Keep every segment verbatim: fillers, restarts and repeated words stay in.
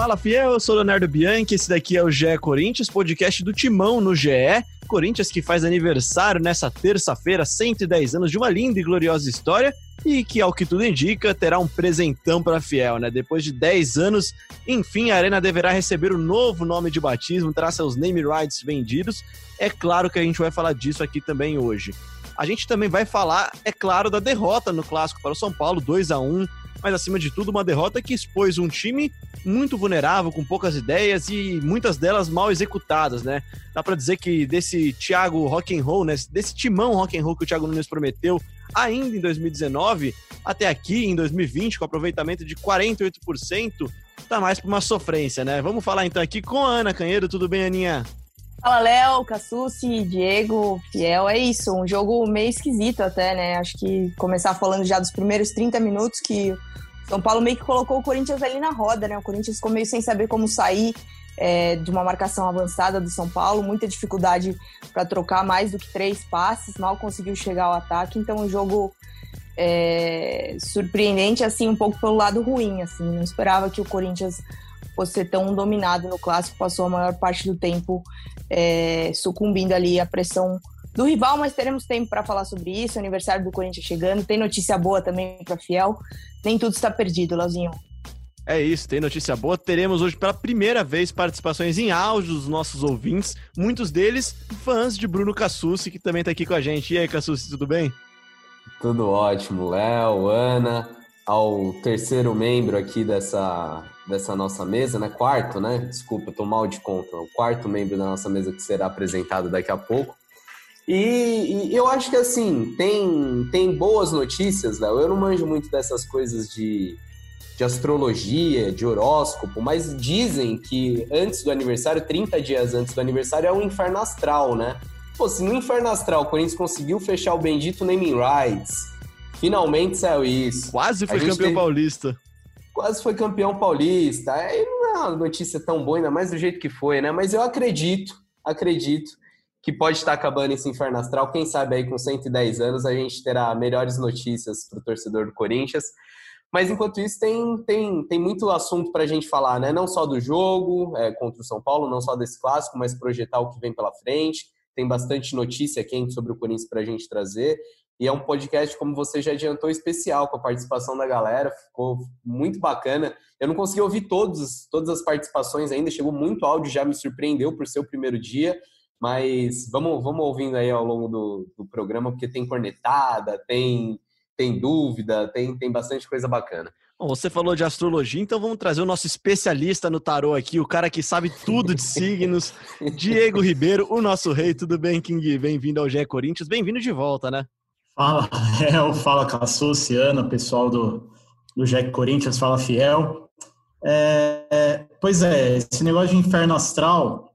Fala, fiel, eu sou o Leonardo Bianchi, esse daqui é o G E Corinthians, podcast do Timão no G E. Corinthians que faz aniversário nessa terça-feira, cento e dez anos de uma linda e gloriosa história e que, ao que tudo indica, terá um presentão para fiel, né? Depois de dez anos, enfim, a Arena deverá receber o novo nome de batismo, terá seus name rights vendidos. É claro que a gente vai falar disso aqui também hoje. A gente também vai falar, é claro, da derrota no Clássico para o São Paulo, dois a um, mas acima de tudo uma derrota que expôs um time muito vulnerável, com poucas ideias e muitas delas mal executadas, né? Dá pra dizer que desse Thiago rock and roll, né? Desse timão rock and roll que o Thiago Nunes prometeu ainda em dois mil e dezenove, até aqui em dois mil e vinte, com aproveitamento de quarenta e oito por cento, tá mais pra uma sofrência, né? Vamos falar então aqui com a Ana Canhedo. Tudo bem, Aninha? Fala, Léo, Cassucci, Diego, Fiel, é isso, um jogo meio esquisito até, né? Acho que começar falando já dos primeiros trinta minutos que o São Paulo meio que colocou o Corinthians ali na roda, né? O Corinthians ficou meio sem saber como sair é, de uma marcação avançada do São Paulo, muita dificuldade para trocar mais do que três passes, mal conseguiu chegar ao ataque, então um jogo é, surpreendente, assim, um pouco pelo lado ruim, assim, não esperava que o Corinthians fosse ser tão dominado no Clássico, passou a maior parte do tempo é, sucumbindo ali à pressão do rival, mas teremos tempo para falar sobre isso, aniversário do Corinthians chegando, tem notícia boa também para fiel, nem tudo está perdido, Leozinho. É isso, tem notícia boa, teremos hoje pela primeira vez participações em áudio dos nossos ouvintes, muitos deles fãs de Bruno Cassucci, que também está aqui com a gente. E aí, Cassucci, tudo bem? Tudo ótimo, Léo, Ana, ao terceiro membro aqui dessa, dessa nossa mesa, né? Quarto, né? Desculpa, eu tô mal de conta. O quarto membro da nossa mesa que será apresentado daqui a pouco. E, e eu acho que, assim, tem, tem boas notícias, Léo. Eu não manjo muito dessas coisas de, de astrologia, de horóscopo, mas dizem que antes do aniversário, trinta dias antes do aniversário, é um inferno astral, né? Pô, se no inferno astral o Corinthians conseguiu fechar o bendito naming rights, finalmente saiu isso. Quase foi campeão teve... paulista. Quase foi campeão paulista. Aí não é uma notícia tão boa, ainda mais do jeito que foi, né? Mas eu acredito, acredito que pode estar acabando esse inferno astral. Quem sabe aí com cento e dez anos a gente terá melhores notícias para o torcedor do Corinthians. Mas enquanto isso tem, tem, tem muito assunto para a gente falar, né? Não só do jogo é, contra o São Paulo, não só desse clássico, mas projetar o que vem pela frente. Tem bastante notícia quente sobre o Corinthians para a gente trazer. E é um podcast, como você já adiantou, especial, com a participação da galera. Ficou muito bacana. Eu não consegui ouvir todos, todas as participações ainda. Chegou muito áudio, já me surpreendeu por ser o primeiro dia. Mas vamos, vamos ouvindo aí ao longo do, do programa, porque tem cornetada, tem, tem dúvida, tem, tem bastante coisa bacana. Bom, você falou de astrologia, então vamos trazer o nosso especialista no tarô aqui, o cara que sabe tudo de signos, Diego Ribeiro, o nosso rei. Tudo bem, King? Bem-vindo ao G E Corinthians. Bem-vindo de volta, né? Fala, Léo, fala Cassucci, Ana, pessoal do, do G E Corinthians, fala Fiel. É, é, pois é, esse negócio de inferno astral,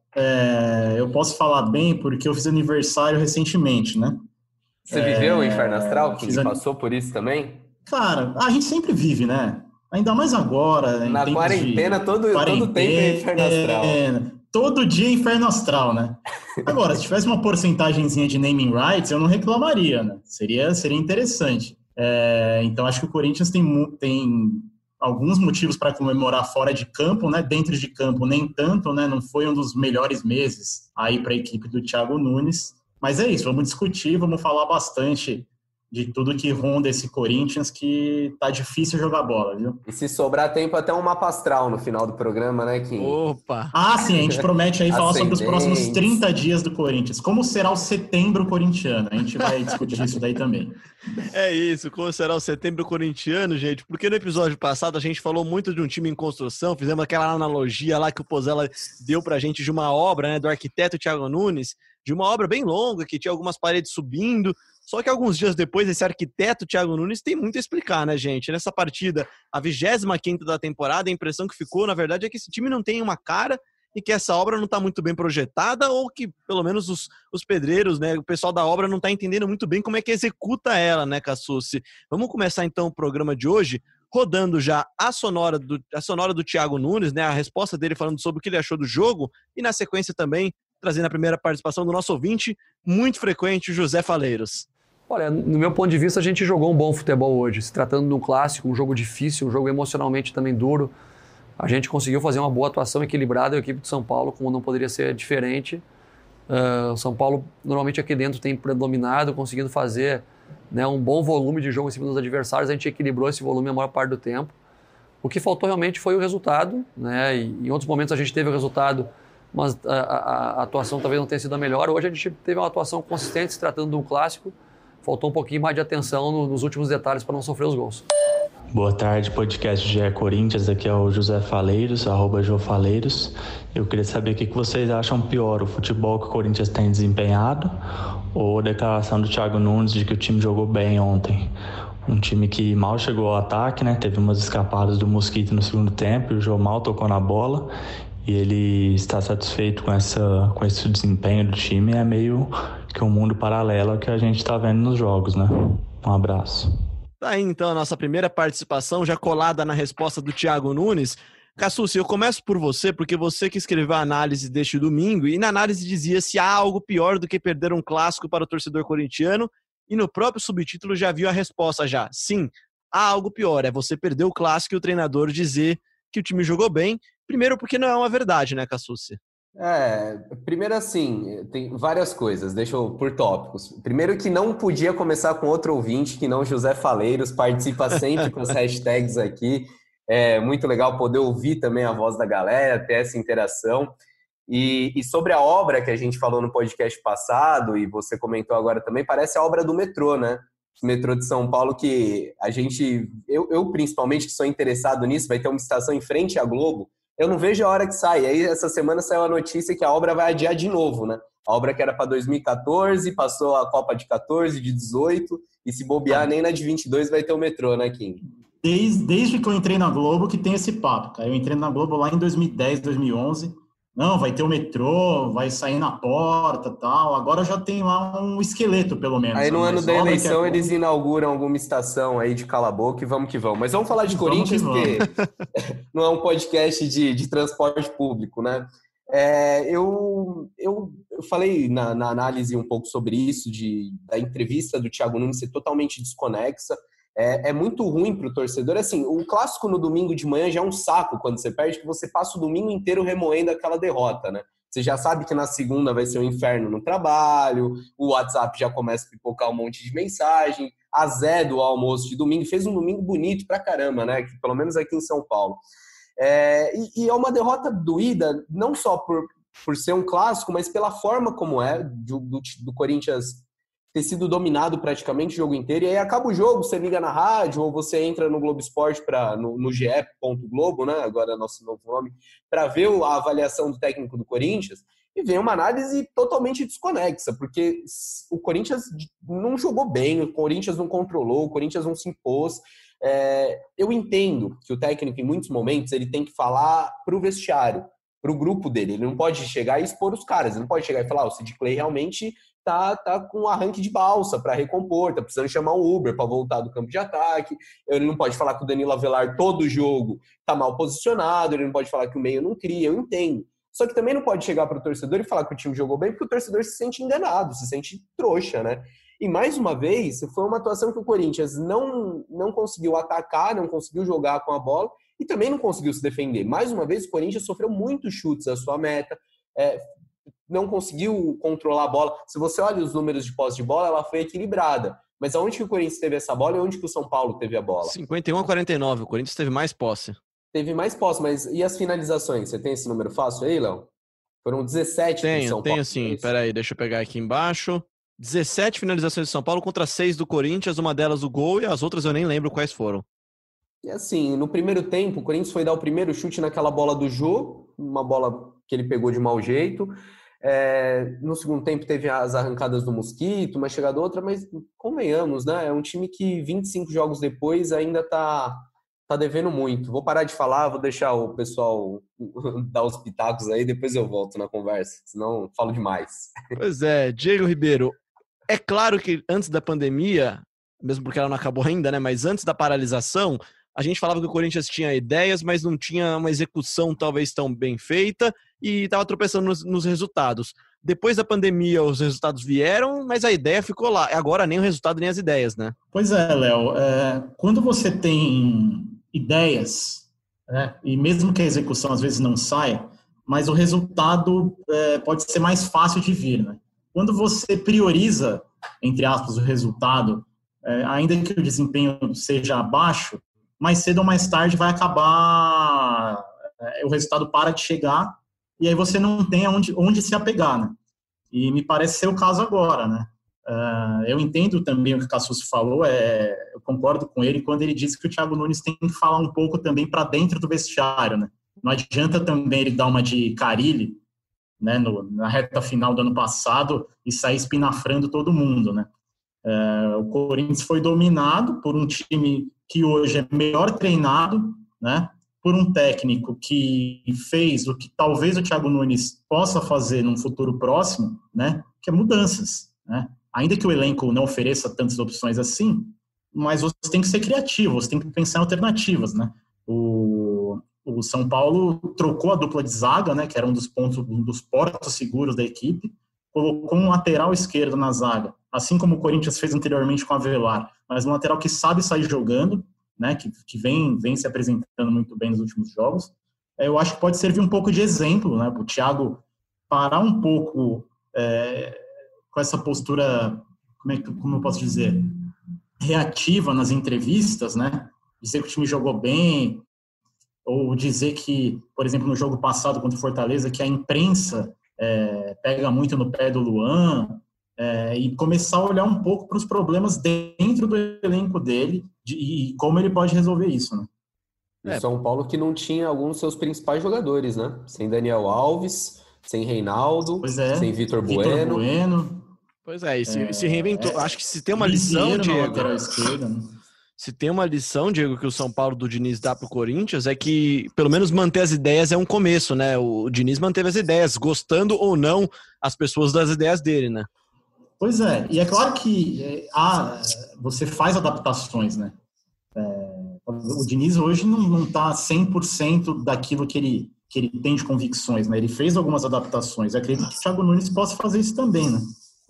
é, eu posso falar bem porque eu fiz aniversário recentemente, né? Você é, viveu o inferno astral? Que an... passou por isso também? Cara, a gente sempre vive, né? Ainda mais agora. Na quarentena, de... todo, quarentena, todo tempo é inferno astral. Todo dia é inferno astral, né? Agora, se tivesse uma porcentagemzinha de naming rights, eu não reclamaria, né? Seria, seria interessante. É, então, acho que o Corinthians tem, tem alguns motivos para comemorar fora de campo, né? Dentro de campo, nem tanto, né? Não foi um dos melhores meses aí para a equipe do Thiago Nunes. Mas é isso, vamos discutir, vamos falar bastante de tudo que ronda esse Corinthians, que tá difícil jogar bola, viu? E se sobrar tempo, até um mapa astral no final do programa, né, Kim? Opa! Ah, sim, a gente promete aí falar sobre os próximos trinta dias do Corinthians. Como será o setembro corintiano? A gente vai discutir isso daí também. É isso, como será o setembro corintiano, gente? Porque no episódio passado a gente falou muito de um time em construção, fizemos aquela analogia lá que o Pozella deu pra gente de uma obra, né, do arquiteto Thiago Nunes, de uma obra bem longa, que tinha algumas paredes subindo. Só que alguns dias depois, esse arquiteto Thiago Nunes tem muito a explicar, né, gente? Nessa partida, a vigésima quinta da temporada, a impressão que ficou, na verdade, é que esse time não tem uma cara e que essa obra não está muito bem projetada, ou que, pelo menos, os, os pedreiros, né, o pessoal da obra não está entendendo muito bem como é que executa ela, né, Cassucci? Vamos começar, então, o programa de hoje rodando já a sonora do, a sonora do Thiago Nunes, né, a resposta dele falando sobre o que ele achou do jogo, e, na sequência, também, trazendo a primeira participação do nosso ouvinte, muito frequente, José Faleiros. Olha, no meu ponto de vista, a gente jogou um bom futebol hoje, se tratando de um clássico, um jogo difícil, um jogo emocionalmente também duro. A gente conseguiu fazer uma boa atuação equilibrada, a equipe de São Paulo, como não poderia ser diferente. Uh, o São Paulo, normalmente aqui dentro, tem predominado, conseguindo fazer, né, um bom volume de jogo em cima dos adversários. A gente equilibrou esse volume a maior parte do tempo. O que faltou realmente foi o resultado, né? E em outros momentos a gente teve o resultado, mas a, a, a atuação talvez não tenha sido a melhor. Hoje a gente teve uma atuação consistente, se tratando de um clássico. Faltou um pouquinho mais de atenção no, nos últimos detalhes para não sofrer os gols. Boa tarde, podcast G E Corinthians, aqui é o José Faleiros, arroba Jofaleiros. Eu queria saber o que vocês acham pior, o futebol que o Corinthians tem desempenhado ou a declaração do Thiago Nunes de que o time jogou bem ontem. Um time que mal chegou ao ataque, né? Teve umas escapadas do Mosquito no segundo tempo e o João mal tocou na bola e ele está satisfeito com, essa, com esse desempenho do time. É meio que um mundo paralelo ao que a gente está vendo nos jogos, né? Um abraço. Tá aí então a nossa primeira participação, já colada na resposta do Thiago Nunes. Cassucci, eu começo por você, porque você que escreveu a análise deste domingo, e na análise dizia se há algo pior do que perder um clássico para o torcedor corintiano, e no próprio subtítulo já viu a resposta já. Sim, há algo pior, é você perder o clássico e o treinador dizer que o time jogou bem, primeiro porque não é uma verdade, né, Cassucci? É, primeiro assim, tem várias coisas, deixa eu por tópicos. Primeiro que não podia começar com outro ouvinte que não José Faleiros, participa sempre com as hashtags aqui. É muito legal poder ouvir também a voz da galera, ter essa interação. E, e sobre a obra que a gente falou no podcast passado, e você comentou agora também, parece a obra do metrô, né? O metrô de São Paulo, que a gente, eu, eu principalmente que sou interessado nisso, vai ter uma estação em frente à Globo. Eu não vejo a hora que sai. Aí, essa semana saiu a notícia que a obra vai adiar de novo, né? A obra que era para dois mil e catorze, passou a Copa de catorze, de dezoito, e se bobear, nem na de vinte e dois vai ter o metrô, né, Kim? Desde, desde que eu entrei na Globo que tem esse papo, cara. Eu entrei na Globo lá em dois mil e dez, dois mil e onze. Não, vai ter o metrô, vai sair na porta e tal. Agora já tem lá um esqueleto, pelo menos. Aí no ano da eleição é... eles inauguram alguma estação aí de cala a boca e vamos que vamos. Mas vamos falar de Corinthians, porque não é um podcast de, de transporte público, né? É, eu, eu, eu falei na, na análise um pouco sobre isso, de, da entrevista do Thiago Nunes ser totalmente desconexa. É, é muito ruim para o torcedor. Assim, o clássico no domingo de manhã já é um saco quando você perde, que você passa o domingo inteiro remoendo aquela derrota, né? Você já sabe que na segunda vai ser um inferno no trabalho, o WhatsApp já começa a pipocar um monte de mensagem, a Zé do almoço de domingo, fez um domingo bonito pra caramba, né? Que, pelo menos aqui em São Paulo. É, e, e é uma derrota doída, não só por, por ser um clássico, mas pela forma como é, do, do, do Corinthians ter sido dominado praticamente o jogo inteiro, e aí acaba o jogo, você liga na rádio, ou você entra no Globo Esporte, pra, no, no G E ponto globo, né, agora é nosso novo nome, para ver a avaliação do técnico do Corinthians, e vem uma análise totalmente desconexa, porque o Corinthians não jogou bem, o Corinthians não controlou, o Corinthians não se impôs. É, eu entendo que o técnico, em muitos momentos, ele tem que falar para o vestiário, para o grupo dele, ele não pode chegar e expor os caras, ele não pode chegar e falar, oh, o Sid Clay realmente tá, tá com um arranque de balsa para recompor, tá precisando chamar um Uber para voltar do campo de ataque, ele não pode falar que o Danilo Avelar todo jogo tá mal posicionado, ele não pode falar que o meio não cria, eu entendo. Só que também não pode chegar para o torcedor e falar que o time jogou bem, porque o torcedor se sente enganado, se sente trouxa, né? E mais uma vez, foi uma atuação que o Corinthians não, não conseguiu atacar, não conseguiu jogar com a bola e também não conseguiu se defender. Mais uma vez, o Corinthians sofreu muitos chutes à sua meta, é, não conseguiu controlar a bola. Se você olha os números de posse de bola, ela foi equilibrada. Mas aonde que o Corinthians teve essa bola e onde que o São Paulo teve a bola? cinquenta e um a quarenta e nove, o Corinthians teve mais posse. Teve mais posse, mas e as finalizações? Você tem esse número fácil aí, Léo? Foram dezessete tenho, do São tenho, Paulo. Tenho sim, peraí, deixa eu pegar aqui embaixo. dezessete finalizações do São Paulo contra seis do Corinthians, uma delas o gol e as outras eu nem lembro quais foram. E assim, no primeiro tempo, o Corinthians foi dar o primeiro chute naquela bola do Jô, uma bola que ele pegou de mau jeito. É, no segundo tempo teve as arrancadas do Mosquito, uma chegada outra, mas convenhamos, né? É um time que vinte e cinco jogos depois ainda tá, tá devendo muito. Vou parar de falar, vou deixar o pessoal dar os pitacos aí, depois eu volto na conversa, senão falo demais. Pois é, Diego Ribeiro, é claro que antes da pandemia, mesmo porque ela não acabou ainda, né? Mas antes da paralisação, a gente falava que o Corinthians tinha ideias, mas não tinha uma execução talvez tão bem feita e estava tropeçando nos, nos resultados. Depois da pandemia, os resultados vieram, mas a ideia ficou lá. Agora nem o resultado, nem as ideias, né? Pois é, Léo. É, quando você tem ideias, né? E mesmo que a execução às vezes não saia, mas o resultado é, pode ser mais fácil de vir, né? Quando você prioriza, entre aspas, o resultado, é, ainda que o desempenho seja abaixo, mais cedo ou mais tarde vai acabar, é, o resultado para de chegar e aí você não tem onde, onde se apegar, né? E me parece ser o caso agora, né? Uh, eu entendo também o que o Cassucci falou, é, eu concordo com ele quando ele diz que o Thiago Nunes tem que falar um pouco também para dentro do vestiário, né? Não adianta também ele dar uma de Carille, né, no, na reta final do ano passado e sair espinafrando todo mundo, né? Uh, o Corinthians foi dominado por um time que hoje é melhor treinado, né? Por um técnico que fez o que talvez o Thiago Nunes possa fazer num futuro próximo, né? Que é mudanças, né? Ainda que o elenco não ofereça tantas opções assim, mas você tem que ser criativo, você tem que pensar em alternativas, né? O, o São Paulo trocou a dupla de zaga, né? Que era um dos pontos, um dos portos seguros da equipe, colocou um lateral esquerdo na zaga, assim como o Corinthians fez anteriormente com o Avelar, mas um lateral que sabe sair jogando, né? Que, que vem, vem se apresentando muito bem nos últimos jogos. Eu acho que pode servir um pouco de exemplo, né? O Thiago parar um pouco... É, com essa postura, como, é que, como eu posso dizer, reativa nas entrevistas, né? Dizer que o time jogou bem, ou dizer que, por exemplo, no jogo passado contra o Fortaleza, que a imprensa é, pega muito no pé do Luan, é, e começar a olhar um pouco para os problemas dentro do elenco dele de, e como ele pode resolver isso, né? E o São Paulo que não tinha alguns dos seus principais jogadores, né? Sem Daniel Alves, sem Reinaldo, é, sem Vitor Bueno. Bueno. Pois é, e se, é, se reinventou. É, Acho que se tem uma lição, Diego, esquerda, né? Se tem uma lição, Diego, que o São Paulo do Diniz dá pro Corinthians, é que pelo menos manter as ideias é um começo, né? O Diniz manteve as ideias, gostando ou não as pessoas das ideias dele, né? Pois é, e é claro que é, há, você faz adaptações, né? É, o Diniz hoje não, não tá cem por cento daquilo que ele, que ele tem de convicções, né? Ele fez algumas adaptações. Eu acredito que o Thiago Nunes possa fazer isso também, né?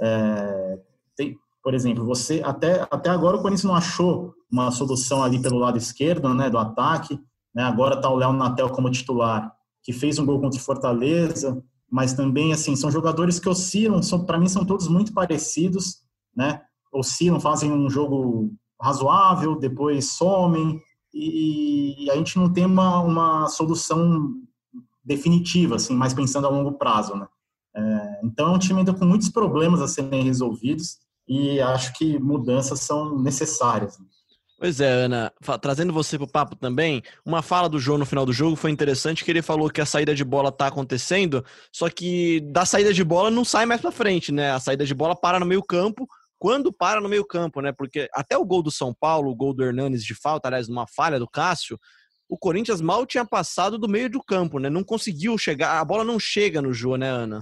É, tem, por exemplo, você até, até agora o Corinthians não achou uma solução ali pelo lado esquerdo, né, do ataque, né? Agora está o Léo Natel como titular, que fez um gol contra o Fortaleza, mas também assim são jogadores que oscilam, para mim são todos muito parecidos, né? Oscilam, fazem um jogo razoável, depois somem e, e a gente não tem uma, uma solução definitiva, assim, mais pensando a longo prazo, né? É, então é um time ainda com muitos problemas a serem resolvidos e acho que mudanças são necessárias. Pois é, Ana, trazendo você para o papo também, uma fala do João no final do jogo foi interessante, que ele falou que a saída de bola está acontecendo, só que da saída de bola não sai mais para frente, né? A saída de bola para no meio campo, quando para no meio campo, né? Porque até o gol do São Paulo, o gol do Hernanes de falta, aliás, numa falha do Cássio, o Corinthians mal tinha passado do meio do campo, né? Não conseguiu chegar, a bola não chega no Jô, né, Ana?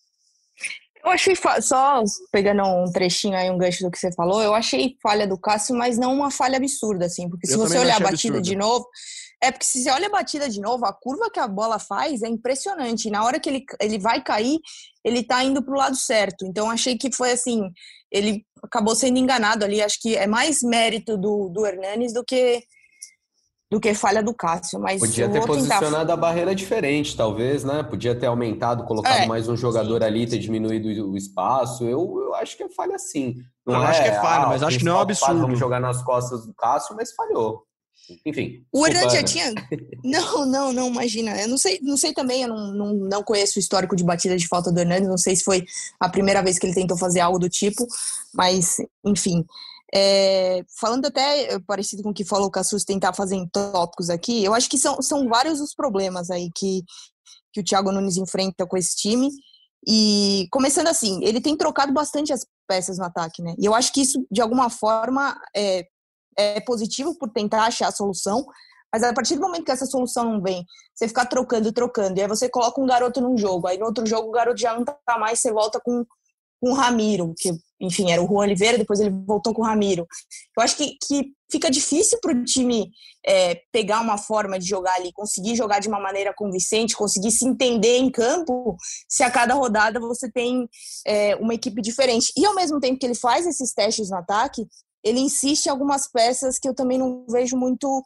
Eu achei, fa- só pegando um trechinho aí, um gancho do que você falou, eu achei falha do Cássio, mas não uma falha absurda, assim, porque se Eu você também não olhar a achei batida absurdo. de novo, é porque se você olha a batida de novo, a curva que a bola faz é impressionante, e na hora que ele, ele vai cair, ele tá indo pro lado certo, então achei que foi assim, ele acabou sendo enganado ali, acho que é mais mérito do, do Hernanes do que do que falha do Cássio, mas Podia eu ter vou tentar... posicionado a barreira diferente, talvez, né? Podia ter aumentado, colocado É, mais um jogador sim. ali, ter diminuído o espaço. Eu, eu acho que é falha sim. Não Eu é, acho que é falha, ah, mas o acho que não é um principal culpado, absurdo. vamos jogar nas costas do Cássio, mas falhou. Enfim, O desculpa, Hernani já Ana. tinha... Não, não, não, imagina. Eu não sei, não sei também, eu não, não, não conheço o histórico de batida de falta do Hernani, não sei se foi a primeira vez que ele tentou fazer algo do tipo, mas, enfim. É, falando até parecido com o que falou o Cassus, tentar fazer em tópicos aqui, eu acho que são, são vários os problemas aí que, que o Thiago Nunes enfrenta com esse time. E começando assim, ele tem trocado bastante as peças no ataque, né? E eu acho que isso, de alguma forma, é, é positivo por tentar achar a solução, mas a partir do momento que essa solução não vem, você ficar trocando, trocando, e aí você coloca um garoto num jogo, aí no outro jogo o garoto já não tá mais, você volta com, com o Ramiro, que, enfim, era o Juan Oliveira, depois ele voltou com o Ramiro. Eu acho que, que fica difícil pro time é, pegar uma forma de jogar ali, conseguir jogar de uma maneira convincente, conseguir se entender em campo, se a cada rodada você tem é, uma equipe diferente. E ao mesmo tempo que ele faz esses testes no ataque, ele insiste em algumas peças que eu também não vejo muito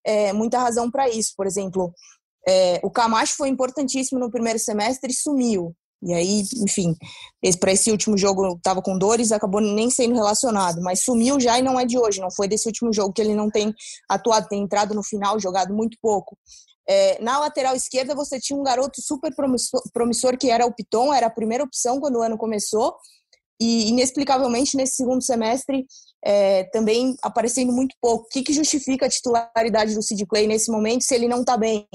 é, muita razão para isso. Por exemplo, é, o Camacho foi importantíssimo no primeiro semestre e sumiu. E aí, enfim, para esse último jogo estava com dores, acabou nem sendo relacionado, mas sumiu já e não é de hoje, não foi desse último jogo que ele não tem atuado, tem entrado no final, jogado muito pouco. É, na lateral esquerda você tinha um garoto super promissor, promissor que era o Piton, era a primeira opção quando o ano começou, e inexplicavelmente nesse segundo semestre é, também aparecendo muito pouco. O que, que justifica a titularidade do Sid Clay nesse momento se ele não está bem?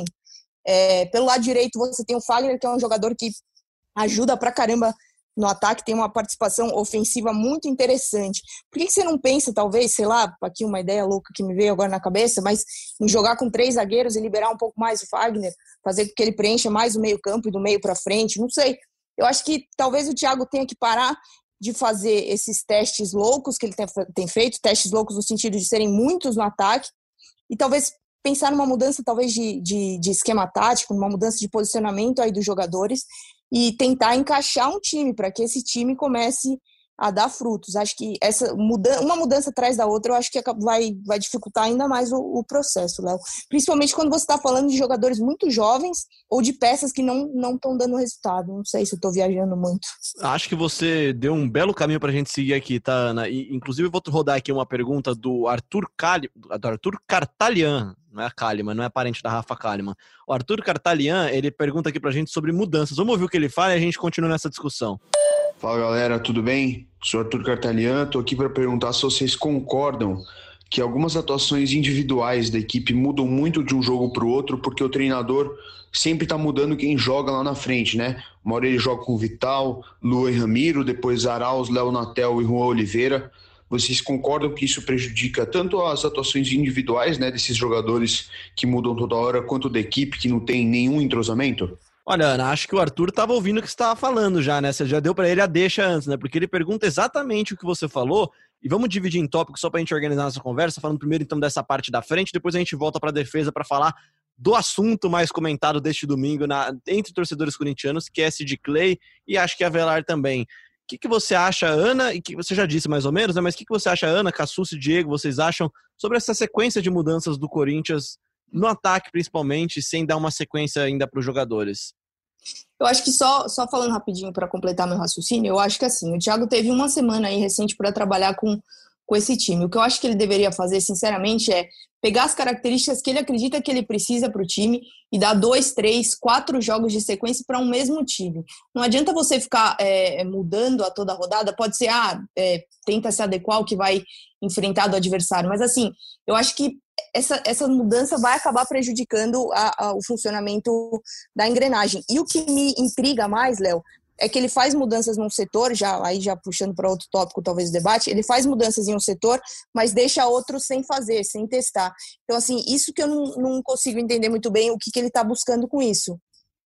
É, pelo lado direito você tem o Fagner, que é um jogador que ajuda pra caramba no ataque, tem uma participação ofensiva muito interessante. Por que você não pensa, talvez, sei lá, aqui uma ideia louca que me veio agora na cabeça, mas em jogar com três zagueiros e liberar um pouco mais o Fagner, fazer com que ele preencha mais o meio campo e do meio para frente, não sei. Eu acho que talvez o Thiago tenha que parar de fazer esses testes loucos que ele tem, tem feito, testes loucos no sentido de serem muitos no ataque, e talvez pensar numa mudança talvez de, de, de esquema tático, numa mudança de posicionamento aí dos jogadores, e tentar encaixar um time para que esse time comece a dar frutos. Acho que essa muda, uma mudança atrás da outra, eu acho que vai, vai dificultar ainda mais o, o processo, Léo. Principalmente quando você está falando de jogadores muito jovens ou de peças que não estão dando resultado. Não sei se eu estou viajando muito. Acho que você deu um belo caminho para a gente seguir aqui, tá, Ana? E, inclusive, eu vou rodar aqui uma pergunta do Arthur, Cali, do Arthur Cartalian. Não é a Kalimann, não é parente da Rafa Kalimann. O Arthur Cartalian, ele pergunta aqui pra gente sobre mudanças. Vamos ouvir o que ele fala e a gente continua nessa discussão. Fala, galera, tudo bem? Sou Arthur Cartalian, tô aqui para perguntar se vocês concordam que algumas atuações individuais da equipe mudam muito de um jogo para o outro, porque o treinador sempre tá mudando quem joga lá na frente, né? Uma hora ele joga com o Vital, Luan e Ramiro, depois Arauz, Léo Natel e Juan Oliveira. Vocês concordam que isso prejudica tanto as atuações individuais, né, desses jogadores que mudam toda hora, quanto da equipe que não tem nenhum entrosamento? Olha, Ana, acho que o Arthur estava ouvindo o que você estava falando já, né? Você já deu para ele a deixa antes, né? Porque ele pergunta exatamente o que você falou. E vamos dividir em tópicos só para a gente organizar nossa conversa, falando primeiro então dessa parte da frente, depois a gente volta para a defesa para falar do assunto mais comentado deste domingo na, entre torcedores corintianos, que é Sid Clay e acho que a Avelar também. O que, que você acha, Ana, e que você já disse mais ou menos, né? Mas o que, que você acha, Ana, Cassucci e Diego, vocês acham sobre essa sequência de mudanças do Corinthians no ataque, principalmente, sem dar uma sequência ainda para os jogadores? Eu acho que só, só falando rapidinho para completar meu raciocínio, eu acho que assim, o Thiago teve uma semana aí recente para trabalhar com, com esse time. O que eu acho que ele deveria fazer, sinceramente, é pegar as características que ele acredita que ele precisa para o time e dar dois, três, quatro jogos de sequência para um mesmo time. Não adianta você ficar é, mudando a toda rodada, pode ser, ah, é, tenta se adequar ao que vai enfrentar do adversário, mas assim, eu acho que essa, essa mudança vai acabar prejudicando a, a, o funcionamento da engrenagem. E o que me intriga mais, Léo, é que ele faz mudanças num setor, já, aí já puxando para outro tópico, talvez o debate, ele faz mudanças em um setor, mas deixa outro sem fazer, sem testar. Então, assim, isso que eu não, não consigo entender muito bem o que, que ele está buscando com isso.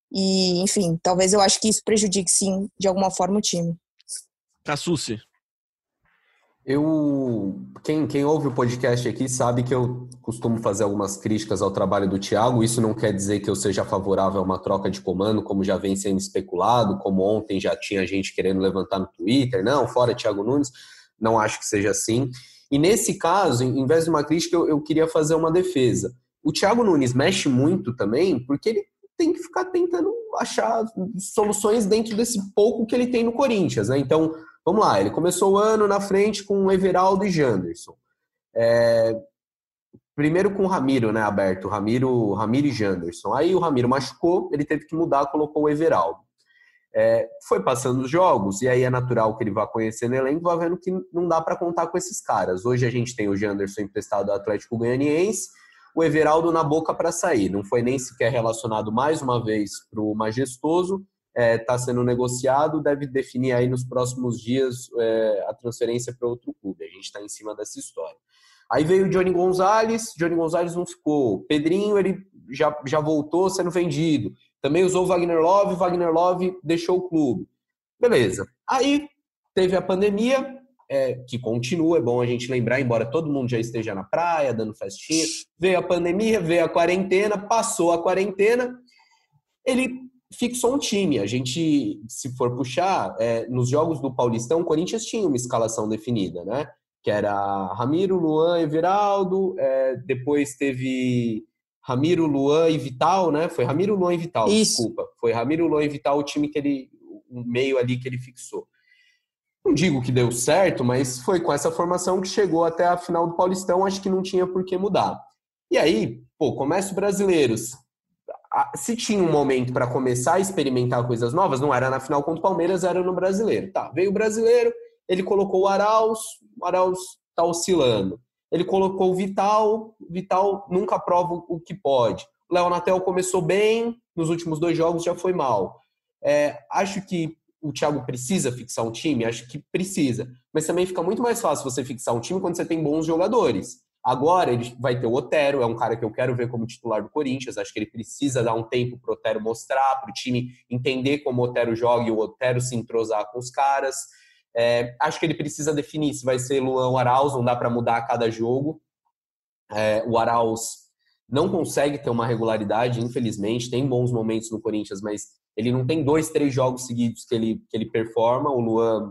E, enfim, talvez eu acho que isso prejudique, sim, de alguma forma o time. Cassucci. Eu, quem, quem ouve o podcast aqui sabe que eu costumo fazer algumas críticas ao trabalho do Thiago. Isso não quer dizer que eu seja favorável a uma troca de comando, como já vem sendo especulado, como ontem já tinha gente querendo levantar no Twitter. Não, fora Thiago Nunes. Não acho que seja assim. E nesse caso, em vez de uma crítica, eu, eu queria fazer uma defesa. O Thiago Nunes mexe muito também, porque ele tem que ficar tentando achar soluções dentro desse pouco que ele tem no Corinthians, né? Então, vamos lá, ele começou o ano na frente com Everaldo e Janderson. É, primeiro com o Ramiro, né, aberto, Ramiro, Ramiro e Janderson. Aí o Ramiro machucou, ele teve que mudar, colocou o Everaldo. É, foi passando os jogos, e aí é natural que ele vá conhecendo o elenco, vá vendo que não dá para contar com esses caras. Hoje a gente tem o Janderson emprestado ao Atlético Goianiense, o Everaldo na boca para sair. Não foi nem sequer relacionado mais uma vez para o Majestoso, está é, sendo negociado, deve definir aí nos próximos dias é, a transferência para outro clube. A gente está em cima dessa história. Aí veio o Johnny Gonzalez, Johnny Gonzalez não ficou. Pedrinho, ele já, já voltou sendo vendido. Também usou o Wagner Love, Wagner Love deixou o clube. Beleza. Aí teve a pandemia, é, que continua, é bom a gente lembrar, embora todo mundo já esteja na praia, dando festinha. Veio a pandemia, veio a quarentena, passou a quarentena, ele fixou um time. A gente, se for puxar, é, nos jogos do Paulistão, o Corinthians tinha uma escalação definida, né? que era Ramiro, Luan, Everaldo, é, depois teve Ramiro, Luan e Vital, né? Foi Ramiro, Luan e Vital, Isso. desculpa. Foi Ramiro, Luan e Vital o time que ele, o meio ali que ele fixou. Não digo que deu certo, mas foi com essa formação que chegou até a final do Paulistão, acho que não tinha por que mudar. E aí, pô, começa o Brasileiros. Se tinha um momento para começar a experimentar coisas novas, não era na final contra o Palmeiras, era no Brasileiro. Tá, veio o Brasileiro, ele colocou o Arauz, o Arauz tá oscilando. Ele colocou o Vital, o Vital nunca prova o que pode. O Léo Natel começou bem, nos últimos dois jogos já foi mal. É, acho que o Thiago precisa fixar um time? Acho que precisa. Mas também fica muito mais fácil você fixar um time quando você tem bons jogadores. Agora ele vai ter o Otero, é um cara que eu quero ver como titular do Corinthians. Acho que ele precisa dar um tempo para o Otero mostrar, para o time entender como o Otero joga e o Otero se entrosar com os caras. É, acho que ele precisa definir se vai ser Luan ou Arauz, não dá para mudar a cada jogo. É, o Arauz não consegue ter uma regularidade, infelizmente. Tem bons momentos no Corinthians, mas ele não tem dois, três jogos seguidos que ele, que ele performa. O Luan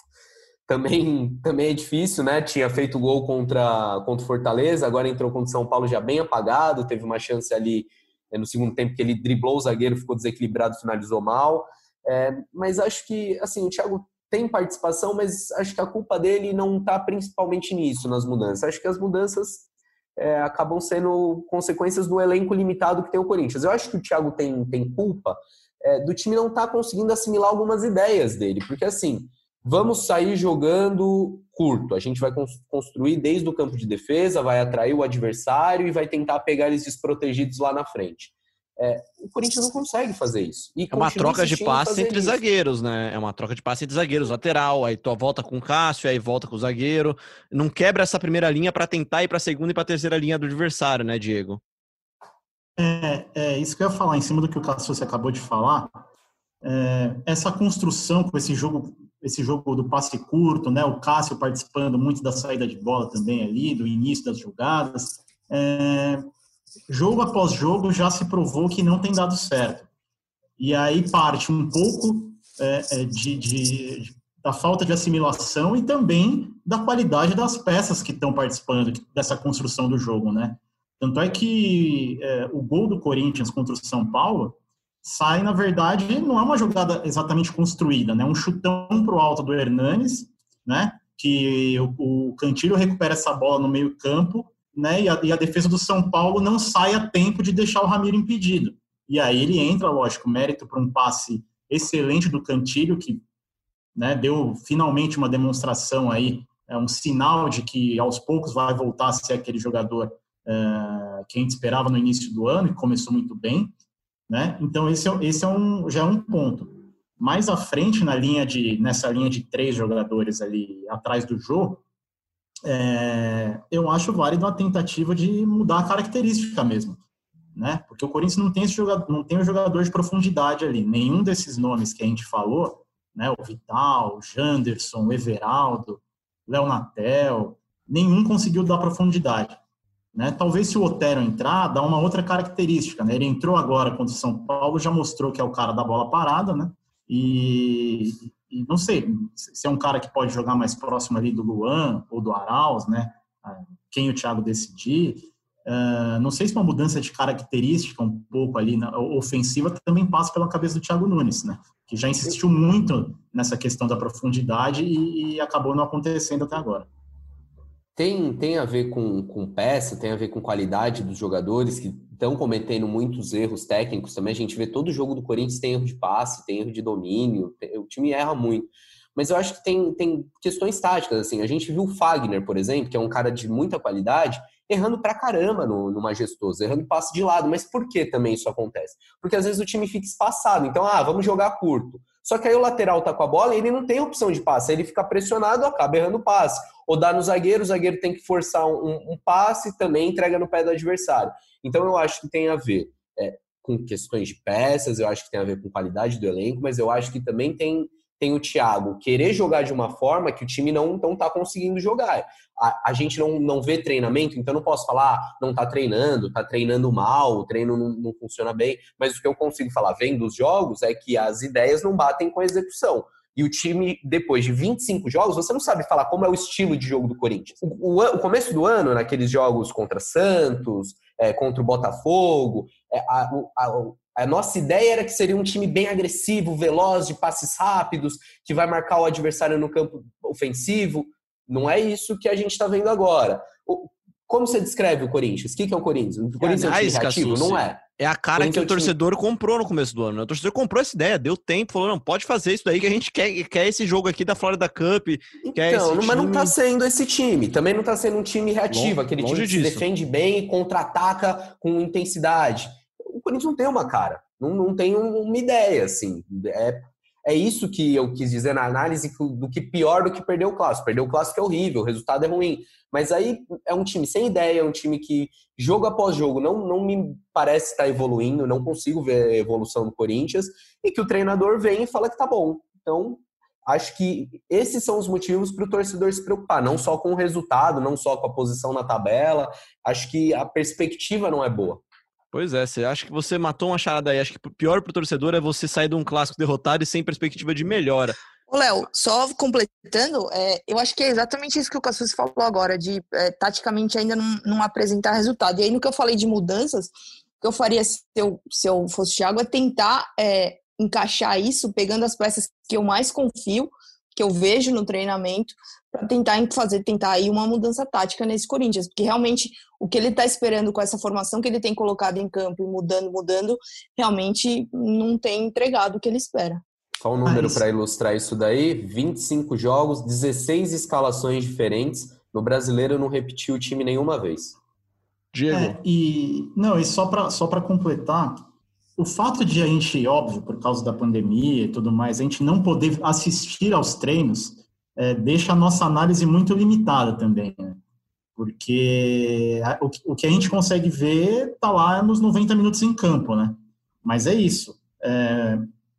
também, também é difícil, né? Tinha feito gol contra, contra o Fortaleza, agora entrou contra o São Paulo já bem apagado. Teve uma chance ali no segundo tempo que ele driblou o zagueiro, ficou desequilibrado, finalizou mal. É, mas acho que, assim, o Thiago tem participação, mas acho que a culpa dele não está principalmente nisso, nas mudanças. Acho que as mudanças é, acabam sendo consequências do elenco limitado que tem o Corinthians. Eu acho que o Thiago tem, tem culpa é, do time não estar tá conseguindo assimilar algumas ideias dele, porque assim, vamos sair jogando curto, a gente vai construir desde o campo de defesa, vai atrair o adversário e vai tentar pegar eles desprotegidos lá na frente. É, o Corinthians não consegue fazer isso. E é uma troca de passe entre isso. zagueiros, né? É uma troca de passe entre zagueiros, lateral, aí tu volta com o Cássio, aí volta com o zagueiro. Não quebra essa primeira linha para tentar ir para a segunda e para a terceira linha do adversário, né, Diego? É, é isso que eu ia falar, em cima do que o Cássio você acabou de falar. É, essa construção com esse jogo, esse jogo do passe curto, né? O Cássio participando muito da saída de bola também ali, do início das jogadas. É, jogo após jogo já se provou que não tem dado certo. E aí parte um pouco é, de, de, da falta de assimilação e também da qualidade das peças que estão participando dessa construção do jogo, né? Tanto é que é, o gol do Corinthians contra o São Paulo sai, na verdade, não é uma jogada exatamente construída, né? Um chutão pro alto do Hernanes, né? Que o, o Cantillo recupera essa bola no meio campo, né, e, a, e a defesa do São Paulo não sai a tempo de deixar o Ramiro impedido. E aí ele entra, lógico, mérito para um passe excelente do Cantillo, que, né, deu finalmente uma demonstração aí, é um sinal de que aos poucos vai voltar a ser aquele jogador é, que a gente esperava no início do ano, e começou muito bem, né? Então esse, é, esse é um, já é um ponto. Mais à frente, na linha de, nessa linha de três jogadores ali atrás do Jô, É, eu acho válido a tentativa de mudar a característica mesmo, né? Porque o Corinthians não tem esse jogador, não tem um jogador de profundidade ali. Nenhum desses nomes que a gente falou, né? O Vital, o Janderson, o Everaldo, Léo Natel, nenhum conseguiu dar profundidade, né? Talvez se o Otero entrar, dá uma outra característica, né? Ele entrou agora contra o São Paulo, já mostrou que é o cara da bola parada, né? E E não sei se é um cara que pode jogar mais próximo ali do Luan ou do Arauz, né? Quem o Thiago decidir. Uh, não sei se uma mudança de característica um pouco ali na ofensiva também passa pela cabeça do Thiago Nunes, né? Que já insistiu muito nessa questão da profundidade e, e acabou não acontecendo até agora. Tem, tem a ver com, com peça, tem a ver com qualidade dos jogadores que estão cometendo muitos erros técnicos também. A gente vê todo jogo do Corinthians tem erro de passe, tem erro de domínio, tem, o time erra muito. Mas eu acho que tem, tem questões táticas, assim. A gente viu o Fagner, por exemplo, que é um cara de muita qualidade, errando pra caramba no, no Majestoso, errando passe de lado. Mas por que também isso acontece? Porque às vezes o time fica espaçado. Então, ah, vamos jogar curto. Só que aí o lateral tá com a bola e ele não tem opção de passe. Aí ele fica pressionado, acaba errando passe. Ou dá no zagueiro, o zagueiro tem que forçar um, um passe e também entrega no pé do adversário. Então eu acho que tem a ver é, com questões de peças, eu acho que tem a ver com qualidade do elenco, mas eu acho que também tem, tem o Thiago querer jogar de uma forma que o time não está conseguindo jogar. A, a gente não, não vê treinamento, então não posso falar, ah, não está treinando, está treinando mal, o treino não, não funciona bem, mas o que eu consigo falar vendo os jogos é que as ideias não batem com a execução. e o time, depois de vinte e cinco jogos, você não sabe falar como é o estilo de jogo do Corinthians. O, o, o começo do ano, naqueles jogos contra Santos, é, contra o Botafogo, é, a, a, a nossa ideia era que seria um time bem agressivo, veloz, de passes rápidos, que vai marcar o adversário no campo ofensivo. Não é isso que a gente está vendo agora. O, como você descreve o Corinthians? O que, que é o Corinthians? O Corinthians é um time reativo? Não é. É a cara que o torcedor comprou no começo do ano. O torcedor comprou essa ideia, deu tempo, falou, não, pode fazer isso daí que a gente quer, quer esse jogo aqui da Florida Cup. Quer então, esse mas time... não tá sendo esse time. Também não tá sendo um time reativo, Longe, aquele longe time que disso. se defende bem e contra-ataca com intensidade. O Corinthians não tem uma cara, não, não tem uma ideia, assim. É, é isso que eu quis dizer na análise do que pior do que perder o Clássico. Perder o Clássico é horrível, o resultado é ruim. Mas aí é um time sem ideia, é um time que, jogo após jogo, não, não me parece estar evoluindo, não consigo ver a evolução do Corinthians, e que o treinador vem e fala que tá bom. Então, acho que esses são os motivos para o torcedor se preocupar, não só com o resultado, não só com a posição na tabela. Acho que a perspectiva não é boa. Pois é, você acha que você matou uma charada aí. Acho que o pior pro torcedor é você sair de um clássico derrotado e sem perspectiva de melhora. Ô, Léo, só completando, é, eu acho que é exatamente isso que o Cassus falou agora, de é, taticamente ainda não, não apresentar resultado. E aí, no que eu falei de mudanças, o que eu faria se eu, se eu fosse o Thiago é tentar é, encaixar isso, pegando as peças que eu mais confio, que eu vejo no treinamento, para tentar fazer, tentar aí uma mudança tática nesse Corinthians, porque realmente o que ele está esperando com essa formação que ele tem colocado em campo e mudando, mudando, realmente não tem entregado o que ele espera. Só um número para ilustrar isso daí, vinte e cinco jogos, dezesseis escalações diferentes. No Brasileiro não repetiu o time nenhuma vez. Diego? É, e, não, e só para só para completar, o fato de a gente, óbvio, por causa da pandemia e tudo mais, a gente não poder assistir aos treinos, é, deixa a nossa análise muito limitada também, né? Porque a, o, o que a gente consegue ver está lá nos noventa minutos em campo, né? Mas é isso. É,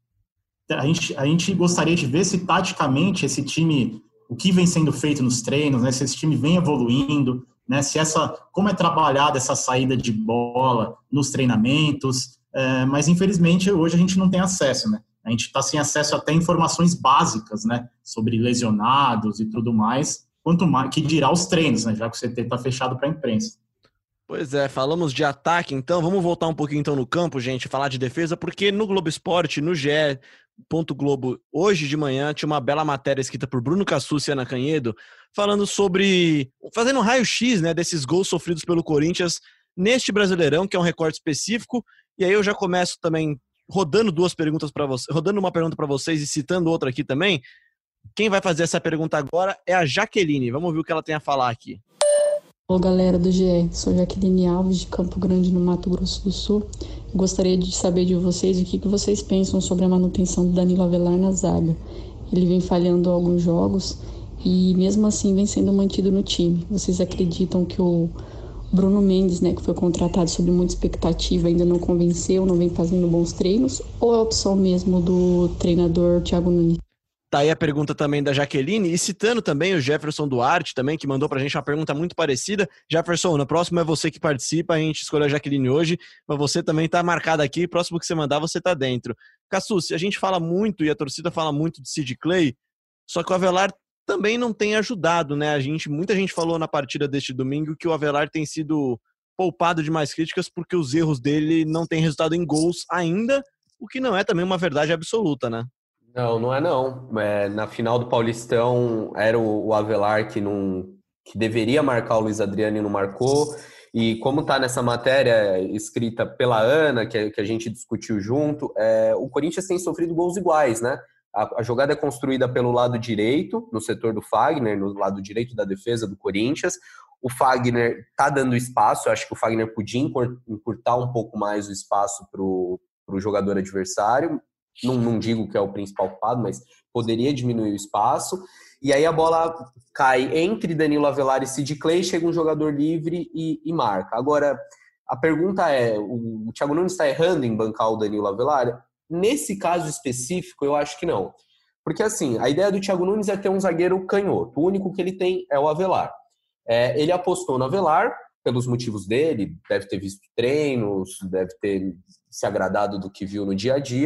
A gente, a gente gostaria de ver se taticamente esse time, o que vem sendo feito nos treinos, né, se esse time vem evoluindo, né, se essa, como é trabalhada essa saída de bola nos treinamentos, é, mas infelizmente hoje a gente não tem acesso, né? A gente está sem acesso até a informações básicas, né, sobre lesionados e tudo mais, quanto mais que dirá os treinos, né, já que o C T está fechado para a imprensa. Pois é, falamos de ataque, então vamos voltar um pouquinho então no campo, gente, falar de defesa, porque no Globo Esporte, no G E. Globo, hoje de manhã, tinha uma bela matéria escrita por Bruno Cassucci e Ana Canhedo, falando sobre, fazendo um raio-x, né, desses gols sofridos pelo Corinthians neste Brasileirão, que é um recorte específico, e aí eu já começo também rodando duas perguntas para vocês, rodando uma pergunta para vocês e citando outra aqui também. Quem vai fazer essa pergunta agora é a Jaqueline, vamos ver o que ela tem a falar aqui. Olá, galera do G E, sou Jaqueline Alves, de Campo Grande, no Mato Grosso do Sul. Gostaria de saber de vocês o que vocês pensam sobre a manutenção do Danilo Avelar na zaga. Ele vem falhando alguns jogos e mesmo assim vem sendo mantido no time. Vocês acreditam que o Bruno Mendes, né, que foi contratado sob muita expectativa, ainda não convenceu, não vem fazendo bons treinos? Ou é a opção mesmo do treinador Thiago Nunes? Tá aí a pergunta também da Jaqueline, e citando também o Jefferson Duarte também, que mandou pra gente uma pergunta muito parecida. Jefferson, no próximo é você que participa, a gente escolheu a Jaqueline hoje, mas você também tá marcado aqui, próximo que você mandar você tá dentro. Cassucci, a gente fala muito, e a torcida fala muito de Sid Clay, só que o Avelar também não tem ajudado, né? A gente, muita gente falou na partida deste domingo que o Avelar tem sido poupado de mais críticas porque os erros dele não têm resultado em gols ainda, o que não é também uma verdade absoluta, né? Não, não é não. É, na final do Paulistão era o, o Avelar que, não, que deveria marcar o Luiz Adriano e não marcou. E como está nessa matéria escrita pela Ana, que, que a gente discutiu junto, é, o Corinthians tem sofrido gols iguais, né? A, a jogada é construída pelo lado direito, no setor do Fagner, no lado direito da defesa do Corinthians. O Fagner está dando espaço, eu acho que o Fagner podia encurtar um pouco mais o espaço para o jogador adversário. Não, não digo que é o principal culpado, mas poderia diminuir o espaço. E aí a bola cai entre Danilo Avelar e Sid Clay, chega um jogador livre e, e marca. Agora, a pergunta é, o, o Thiago Nunes está errando em bancar o Danilo Avelar? Nesse caso específico, eu acho que não. Porque assim, a ideia do Thiago Nunes é ter um zagueiro canhoto. O único que ele tem é o Avelar. É, ele apostou no Avelar, pelos motivos dele, deve ter visto treinos, deve ter se agradado do que viu no dia a dia.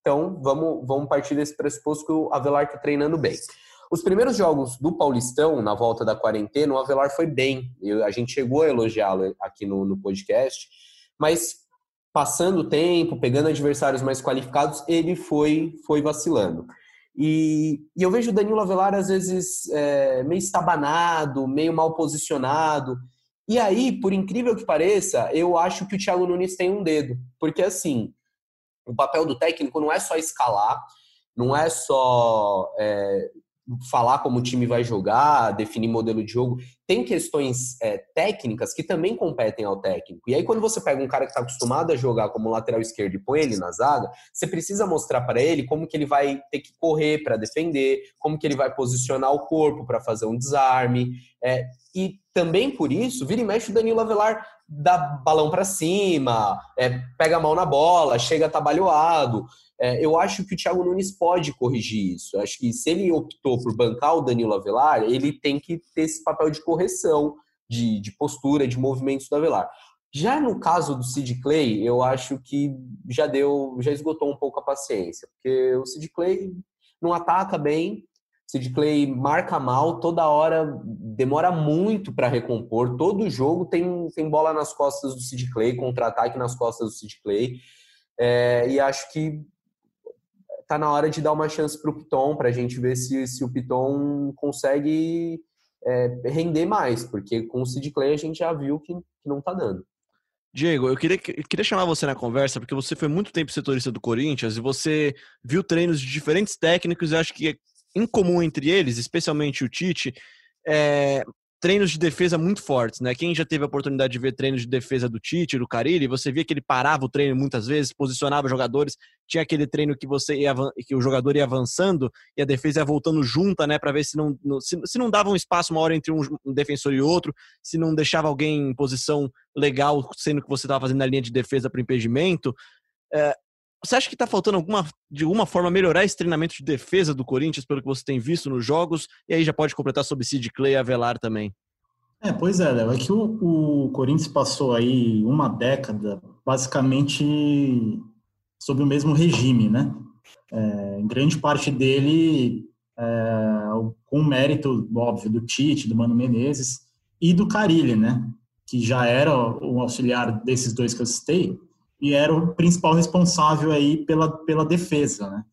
Então, vamos, vamos partir desse pressuposto que o Avelar está treinando bem. Os primeiros jogos do Paulistão, na volta da quarentena, o Avelar foi bem. Eu, a gente chegou a elogiá-lo aqui no, no podcast, mas passando o tempo, pegando adversários mais qualificados, ele foi, foi vacilando. E, e eu vejo o Danilo Avelar, às vezes, é, meio estabanado, meio mal posicionado. E aí, por incrível que pareça, eu acho que o Thiago Nunes tem um dedo. Porque, assim, o papel do técnico não é só escalar, não é só é, falar como o time vai jogar, definir modelo de jogo. Tem questões é, técnicas que também competem ao técnico. E aí, quando você pega um cara que está acostumado a jogar como lateral esquerdo e põe ele na zaga, você precisa mostrar para ele como que ele vai ter que correr para defender, como que ele vai posicionar o corpo para fazer um desarme. É, e também por isso, vira e mexe o Danilo Avelar dá balão para cima, é, pega a mão na bola, chega atabalhoado. É, eu acho que o Thiago Nunes pode corrigir isso. Eu acho que se ele optou por bancar o Danilo Avelar, ele tem que ter esse papel de correção, de, de postura, de movimentos do Avelar. Já no caso do Sid Clay, eu acho que já deu, já esgotou um pouco a paciência, porque o Sid Clay não ataca bem, o Sid Clay marca mal, toda hora demora muito para recompor, todo jogo tem, tem bola nas costas do Sid Clay, contra-ataque nas costas do Sid Clay, é, e acho que tá na hora de dar uma chance para o Piton, para a gente ver se, se o Piton consegue é, render mais, porque com o Sid Clay a gente já viu que, que não tá dando. Diego, eu queria, eu queria chamar você na conversa, porque você foi muito tempo setorista do Corinthians e você viu treinos de diferentes técnicos, e acho que é incomum entre eles, especialmente o Tite, é, treinos de defesa muito fortes, né? Quem já teve a oportunidade de ver treinos de defesa do Tite, do Carille, você via que ele parava o treino muitas vezes, posicionava jogadores, tinha aquele treino que você ia, que o jogador ia avançando e a defesa ia voltando junta, né, para ver se não, se, se não dava um espaço uma hora entre um, um defensor e outro, se não deixava alguém em posição legal, sendo que você estava fazendo a linha de defesa para impedimento. É, você acha que está faltando alguma, de alguma forma melhorar esse treinamento de defesa do Corinthians, pelo que você tem visto nos jogos? E aí já pode completar sobre Sid Clay e Avelar também. É, pois é, Léo, é que o, o Corinthians passou aí uma década basicamente sob o mesmo regime, né? É, grande parte dele é, com mérito, óbvio, do Tite, do Mano Menezes e do Carille, né? Que já era o auxiliar desses dois que eu citei e era o principal responsável aí pela, pela defesa, né?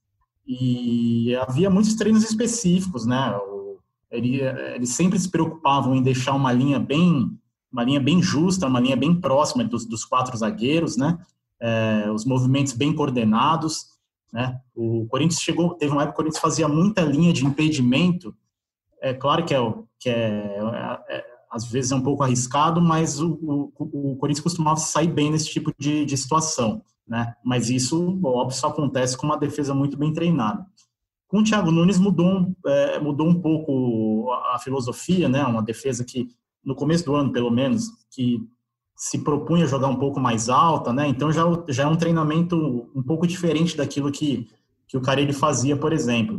E havia muitos treinos específicos, né? Ele, eles sempre se preocupavam em deixar uma linha bem, uma linha bem justa, uma linha bem próxima dos, dos quatro zagueiros, né? É, os movimentos bem coordenados, né? O Corinthians chegou, teve uma época que o Corinthians fazia muita linha de impedimento. É claro que, é, que é, é, às vezes é um pouco arriscado, mas o, o, o Corinthians costumava sair bem nesse tipo de, de situação, né? Mas isso, óbvio, só acontece com uma defesa muito bem treinada. Com o Thiago Nunes mudou, é, mudou um pouco a, a filosofia, né? Uma defesa que, no começo do ano, pelo menos, que se propunha jogar um pouco mais alta, né? Então já, já é um treinamento um pouco diferente daquilo que, que o Carille fazia, por exemplo.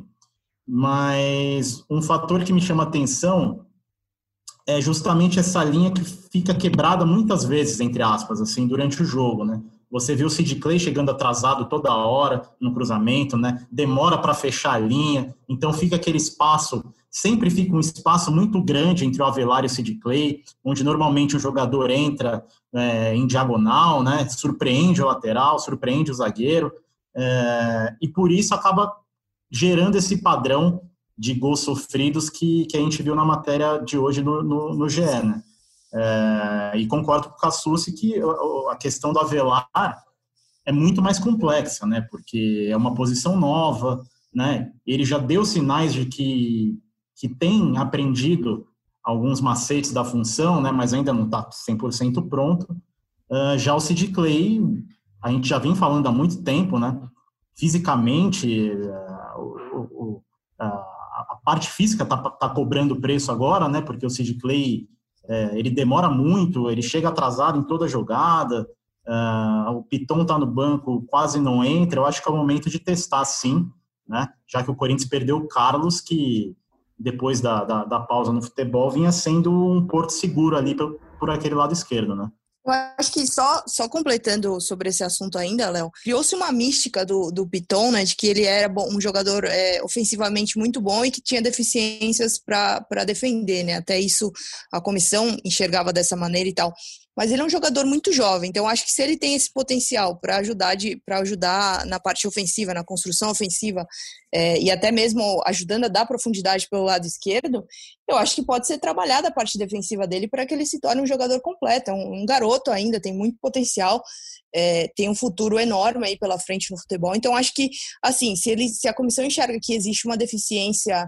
Mas um fator que me chama a atenção é justamente essa linha que fica quebrada muitas vezes, entre aspas, assim, durante o jogo, né? Você viu o Sid Clay chegando atrasado toda hora no cruzamento, né? Demora para fechar a linha, então fica aquele espaço, sempre fica um espaço muito grande entre o Avelar e o Sid Clay, onde normalmente o jogador entra é, em diagonal, né? Surpreende o lateral, surpreende o zagueiro, é, e por isso acaba gerando esse padrão de gols sofridos que, que a gente viu na matéria de hoje no, no, no G E, né? É, e concordo com o Cassucci que a questão do Avelar é muito mais complexa, né? Porque é uma posição nova, né? Ele já deu sinais de que, que tem aprendido alguns macetes da função, né? Mas ainda não está cem por cento pronto. Uh, já o Sid Clay, a gente já vem falando há muito tempo, né? Fisicamente, uh, o, o, a, a parte física está tá cobrando preço agora, né? Porque o Sid Clay É, ele demora muito, ele chega atrasado em toda a jogada, uh, o Piton está no banco, quase não entra. Eu acho que é o momento de testar, sim, né? Já que o Corinthians perdeu o Carlos, que depois da, da, da pausa no futebol vinha sendo um porto seguro ali por, por aquele lado esquerdo, né? Eu acho que só, só completando sobre esse assunto ainda, Léo, criou-se uma mística do, do Piton, né, de que ele era bom, um jogador é, ofensivamente muito bom e que tinha deficiências para defender, né? Até isso a comissão enxergava dessa maneira e tal. Mas ele é um jogador muito jovem, então acho que se ele tem esse potencial para ajudar, de, para ajudar na parte ofensiva, na construção ofensiva, é, e até mesmo ajudando a dar profundidade pelo lado esquerdo, eu acho que pode ser trabalhada a parte defensiva dele para que ele se torne um jogador completo. É um, um garoto ainda, tem muito potencial, é, tem um futuro enorme aí pela frente no futebol. Então acho que, assim, se, ele, se a comissão enxerga que existe uma deficiência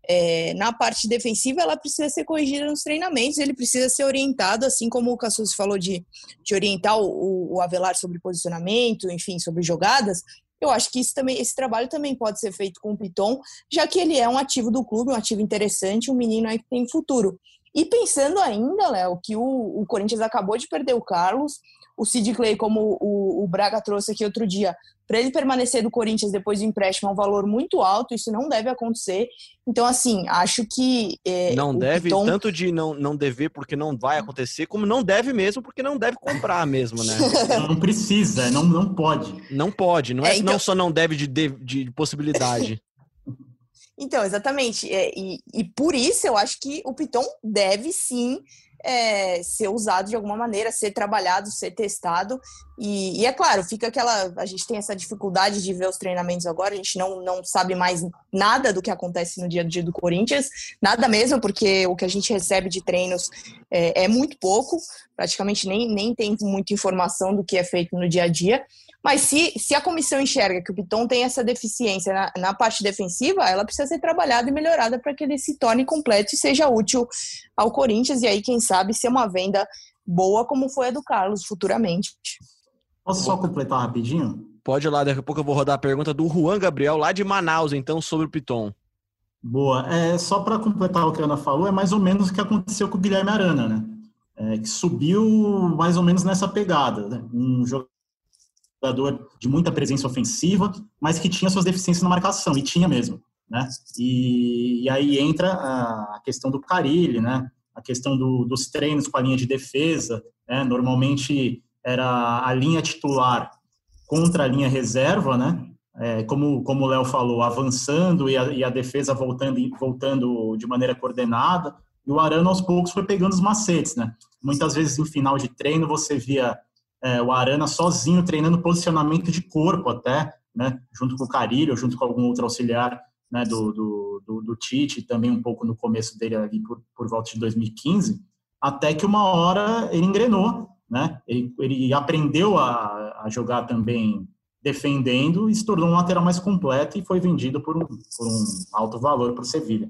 É, na parte defensiva, ela precisa ser corrigida nos treinamentos, ele precisa ser orientado, assim como o Cassus falou de, de orientar o, o Avelar sobre posicionamento, enfim, sobre jogadas. Eu acho que isso também, esse trabalho também pode ser feito com o Piton, já que ele é um ativo do clube, um ativo interessante, um menino aí que tem futuro. E pensando ainda, Léo, que o, o Corinthians acabou de perder o Carlos, o Sid Clay, como o, o Braga trouxe aqui outro dia, para ele permanecer do Corinthians depois do empréstimo é um valor muito alto, isso não deve acontecer. Então, assim, acho que... É, não deve, Piton... tanto de não, não dever porque não vai acontecer, como não deve mesmo porque não deve comprar mesmo, né? Não precisa, não, não pode. Não pode, não é, é então... não só não deve de, de, de possibilidade. Então, exatamente. É, e, e por isso eu acho que o Piton deve sim é, ser usado de alguma maneira, ser trabalhado, ser testado. E, e é claro, fica aquela... A gente tem essa dificuldade de ver os treinamentos agora, a gente não, não sabe mais nada do que acontece no dia a dia do Corinthians, nada mesmo, porque o que a gente recebe de treinos é, é muito pouco, praticamente nem, nem tem muita informação do que é feito no dia a dia. Mas se, se a comissão enxerga que o Piton tem essa deficiência na, na parte defensiva, ela precisa ser trabalhada e melhorada para que ele se torne completo e seja útil ao Corinthians. E aí, quem sabe, ser uma venda boa como foi a do Carlos futuramente. Posso só completar rapidinho? Pode ir lá, daqui a pouco eu vou rodar a pergunta do Juan Gabriel, lá de Manaus, então, sobre o Piton. Boa. É, só para completar o que a Ana falou, é mais ou menos o que aconteceu com o Guilherme Arana, né? É, que subiu mais ou menos nessa pegada, né? Um jogador jogador de muita presença ofensiva, mas que tinha suas deficiências na marcação, e tinha mesmo, né? E, e aí entra a questão do Carille, né? A questão do, dos treinos com a linha de defesa, né? Normalmente era a linha titular contra a linha reserva, né? É, como, como o Léo falou, avançando e a, e a defesa voltando, voltando de maneira coordenada, e o Arana aos poucos foi pegando os macetes, né? Muitas vezes em final de treino você via É, o Arana sozinho treinando posicionamento de corpo até, né, junto com o Carille ou junto com algum outro auxiliar, né, do, do, do, do Tite, também um pouco no começo dele ali por, por volta de dois mil e quinze, até que uma hora ele engrenou, né, ele, ele aprendeu a, a jogar também defendendo e se tornou um lateral mais completo e foi vendido por um, por um alto valor para o Sevilha.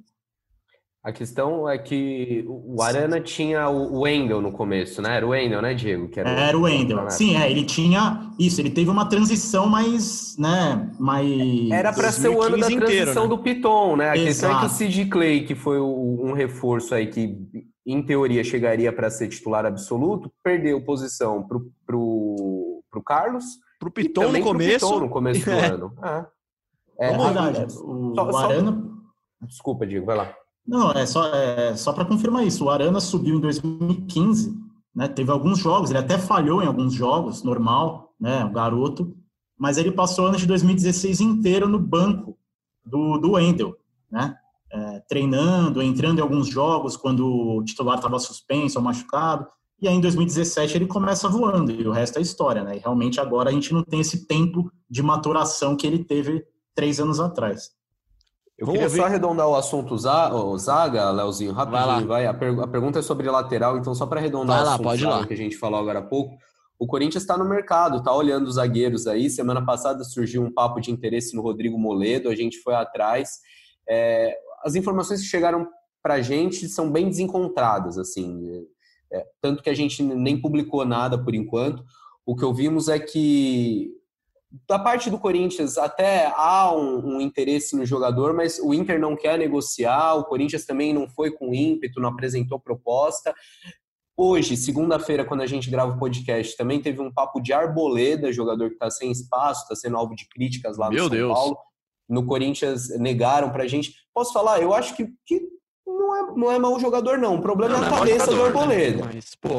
A questão é que o Arana tinha o Wendel no começo, né? Era o Wendel, né, Diego? Que era, era o Wendel. Sim, é, ele tinha isso, ele teve uma transição mais, né, mais... Era para ser o ano da transição inteiro, né? Do Piton, né? A Exato. questão é que o Sid Clay, que foi um reforço aí que, em teoria, chegaria para ser titular absoluto, perdeu posição pro, pro, pro Carlos. Pro Piton no começo. Pro Piton no começo do é. ano. É. É, verdade. O, só, o Arana... Só... Desculpa, Diego, vai lá. Não, é só, é só para confirmar isso. O Arana subiu em dois mil e quinze, né? Teve alguns jogos, ele até falhou em alguns jogos, normal, né? O garoto, mas ele passou o ano de dois mil e dezesseis inteiro no banco do, do Wendel, né? É, treinando, entrando em alguns jogos quando o titular estava suspenso ou machucado, e aí em dois mil e dezessete ele começa voando, e o resto é história, né? E realmente agora a gente não tem esse tempo de maturação que ele teve três anos atrás. Eu Vamos queria ver. Só arredondar o assunto Zaga, Leozinho, rapidinho, vai. vai. A, per- a pergunta é sobre lateral, então só para arredondar vai o lá, assunto pode Zaga, lá. que a gente falou agora há pouco, o Corinthians está no mercado, está olhando os zagueiros aí. Semana passada surgiu um papo de interesse no Rodrigo Moledo, a gente foi atrás. É, as informações que chegaram para a gente são bem desencontradas, assim, é, tanto que a gente nem publicou nada por enquanto. O que ouvimos é que da parte do Corinthians até há um, um interesse no jogador, mas o Inter não quer negociar, o Corinthians também não foi com ímpeto, não apresentou proposta. Hoje, segunda-feira, quando a gente grava o podcast, também teve um papo de Arboleda, jogador que está sem espaço, está sendo alvo de críticas lá no Meu São Deus. Paulo. No Corinthians negaram pra gente. Posso falar? Eu acho que, que não, é, não é mau jogador, não. O problema não, é a cabeça do Arboleda. Né? Mas, pô...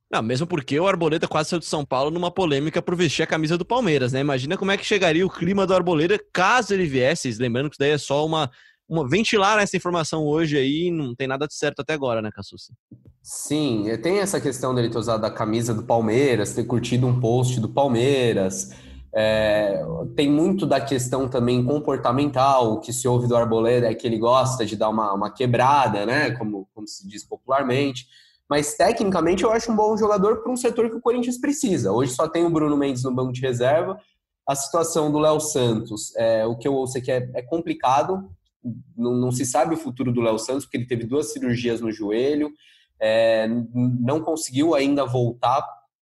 Não, mesmo porque o Arboleda quase saiu de São Paulo numa polêmica por vestir a camisa do Palmeiras, né? Imagina como é que chegaria o clima do Arboleda caso ele viesse. Lembrando que isso daí é só uma, uma ventilar essa informação hoje aí, não tem nada de certo até agora, né, Cassucci? Sim, tem essa questão dele ter usado a camisa do Palmeiras, ter curtido um post do Palmeiras. É, tem muito da questão também comportamental. O que se ouve do Arboleda é que ele gosta de dar uma, uma quebrada, né? Como, como se diz popularmente. Mas, tecnicamente, eu acho um bom jogador para um setor que o Corinthians precisa. Hoje só tem o Bruno Mendes no banco de reserva. A situação do Léo Santos, é, o que eu ouço aqui é, é complicado. Não, não se sabe o futuro do Léo Santos, porque ele teve duas cirurgias no joelho. É, não conseguiu ainda voltar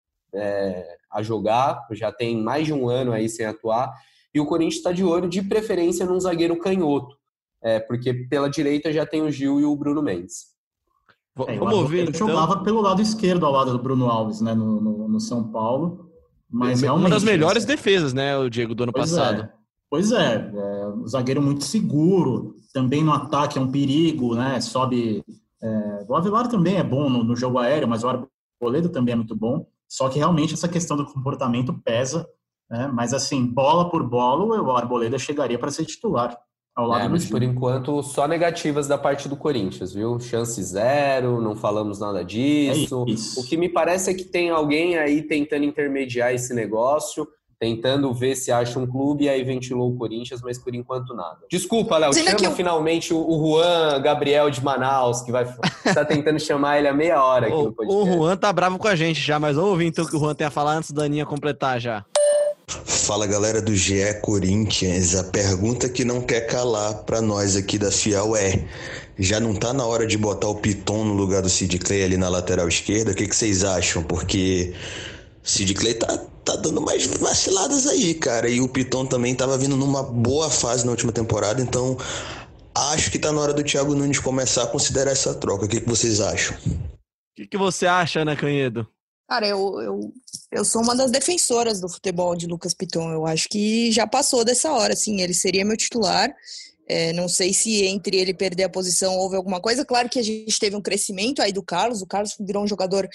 é, a jogar. Já tem mais de um ano aí sem atuar. E o Corinthians está de olho, de preferência, num zagueiro canhoto. É, porque pela direita já tem o Gil e o Bruno Mendes. É, Vamos ouvir, então. Jogava pelo lado esquerdo, ao lado do Bruno Alves, né, no, no, no São Paulo. Mas uma realmente, das melhores é... defesas, né, o Diego, do ano pois passado. É. Pois é, é, um zagueiro muito seguro, também no ataque é um perigo, né, sobe... É, o Avelar também é bom no, no jogo aéreo, mas o Arboleda também é muito bom. Só que realmente essa questão do comportamento pesa, né, mas assim, bola por bola, o Arboleda chegaria para ser titular. Ao lado é, mas por enquanto só negativas da parte do Corinthians, viu? Chance zero, não falamos nada disso. É o que me parece é que tem alguém aí tentando intermediar esse negócio, tentando ver se acha um clube, e aí ventilou o Corinthians, mas por enquanto nada. Desculpa, Léo, chama eu... finalmente o, o Juan Gabriel de Manaus, que vai tá tentando chamar ele há meia hora aqui o, no podcast. O Juan tá bravo com a gente já, mas vamos ouvir então o que o Juan tem a falar antes da Aninha completar já. Fala, galera do G E Corinthians. A pergunta que não quer calar pra nós aqui da Fiel é: já não tá na hora de botar o Piton no lugar do Sid Clay ali na lateral esquerda? O que, que vocês acham? Porque o Sid Clay tá, tá dando mais vaciladas aí, cara, e o Piton também tava vindo numa boa fase na última temporada, então acho que tá na hora do Thiago Nunes começar a considerar essa troca. O que, que vocês acham? O que, que você acha, Ana Canhedo? Cara, eu, eu, eu sou uma das defensoras do futebol de Lucas Piton. Eu acho que já passou dessa hora, assim. Ele seria meu titular. É, não sei se entre ele perder a posição houve alguma coisa. Claro que a gente teve um crescimento aí do Carlos. O Carlos virou um jogador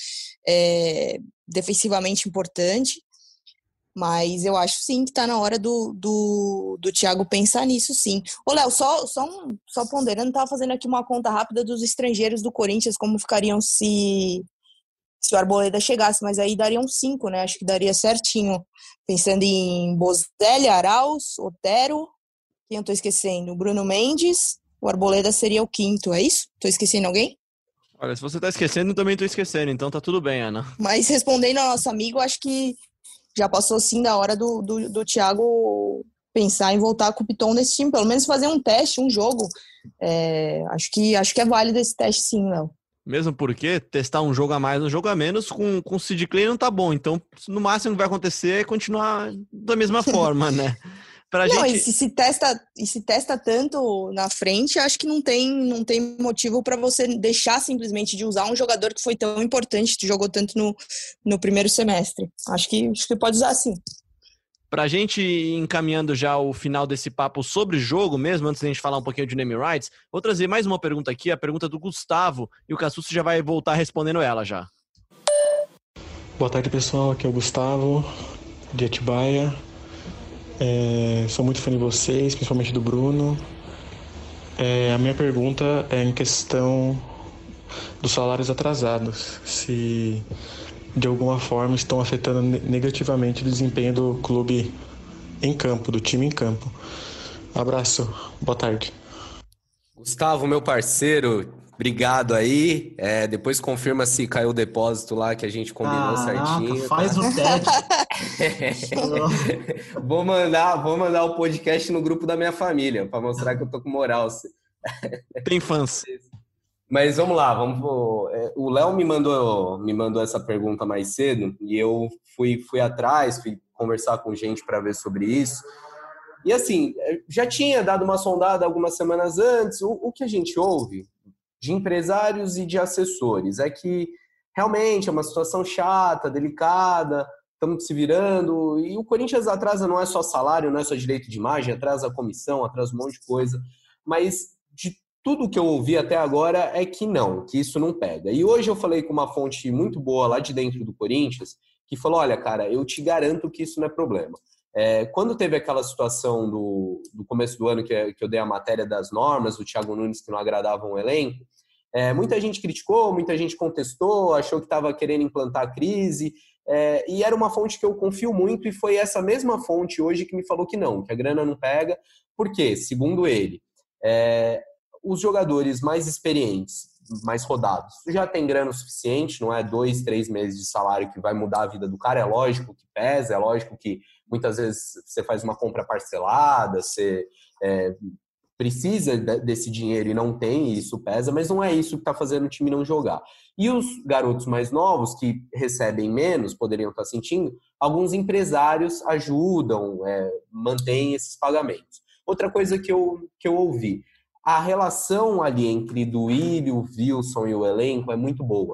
é, defensivamente importante. Mas eu acho, sim, que tá na hora do, do, do Thiago pensar nisso, sim. Ô, Léo, só, só, um, só ponderando, tava fazendo aqui uma conta rápida dos estrangeiros do Corinthians, como ficariam se... se o Arboleda chegasse, mas aí dariam cinco, né? Acho que daria certinho. Pensando em Bozelli, Arauz, Otero, quem eu tô esquecendo? O Bruno Mendes, o Arboleda seria o quinto, é isso? Tô esquecendo alguém? Olha, se você tá esquecendo, eu também tô esquecendo, então tá tudo bem, Ana. Mas respondendo ao nosso amigo, acho que já passou sim da hora do, do, do Thiago pensar em voltar com o Piton nesse time, pelo menos fazer um teste, um jogo. É, acho, que, acho que é válido esse teste sim, Léo. Mesmo porque testar um jogo a mais, um jogo a menos, com, com o Sid Clay não tá bom. Então, no máximo que vai acontecer é continuar da mesma forma, né? Pra não, gente... e se, se testa, e se testa tanto na frente, acho que não tem, não tem motivo para você deixar simplesmente de usar um jogador que foi tão importante, que jogou tanto no, no primeiro semestre. Acho que, acho que pode usar sim. Pra gente ir encaminhando já o final desse papo sobre jogo mesmo, antes da gente falar um pouquinho de naming rights, vou trazer mais uma pergunta aqui, a pergunta do Gustavo, e o Cassucci já vai voltar respondendo ela já. Boa tarde, pessoal. Aqui é o Gustavo, de Atibaia. É, sou muito fã de vocês, principalmente do Bruno. É, a minha pergunta é em questão dos salários atrasados. Se... de alguma forma estão afetando negativamente o desempenho do clube em campo, do time em campo. Abraço, boa tarde. Gustavo, meu parceiro, obrigado aí. É, depois confirma se caiu o depósito lá que a gente combinou Caraca, certinho. Faz tá? o teste. vou, mandar, vou mandar o podcast no grupo da minha família para mostrar que eu tô com moral. Tem fãs. Mas vamos lá, vamos. O Léo me mandou, me mandou essa pergunta mais cedo e eu fui, fui atrás, fui conversar com gente para ver sobre isso. E assim, já tinha dado uma sondada algumas semanas antes. O, o que a gente ouve de empresários e de assessores é que realmente é uma situação chata, delicada, estamos se virando. E o Corinthians atrasa não é só salário, não é só direito de imagem, atrasa a comissão, atrasa um monte de coisa. Mas de tudo que eu ouvi até agora é que não, que isso não pega. E hoje eu falei com uma fonte muito boa lá de dentro do Corinthians, que falou, olha, cara, eu te garanto que isso não é problema. É, quando teve aquela situação do, do começo do ano que, que eu dei a matéria das normas, do Thiago Nunes que não agradavam o elenco, é, muita gente criticou, muita gente contestou, achou que estava querendo implantar a crise, é, e era uma fonte que eu confio muito, e foi essa mesma fonte hoje que me falou que não, que a grana não pega, porque, segundo ele, é, os jogadores mais experientes, mais rodados, já tem grana o suficiente, não é dois, três meses de salário que vai mudar a vida do cara, é lógico que pesa, é lógico que muitas vezes você faz uma compra parcelada, você é, precisa desse dinheiro e não tem, e isso pesa, mas não é isso que está fazendo o time não jogar. E os garotos mais novos, que recebem menos, poderiam estar sentindo, alguns empresários ajudam, é, mantêm esses pagamentos. Outra coisa que eu, que eu ouvi, a relação ali entre Duílio, o Wilson e o elenco é muito boa.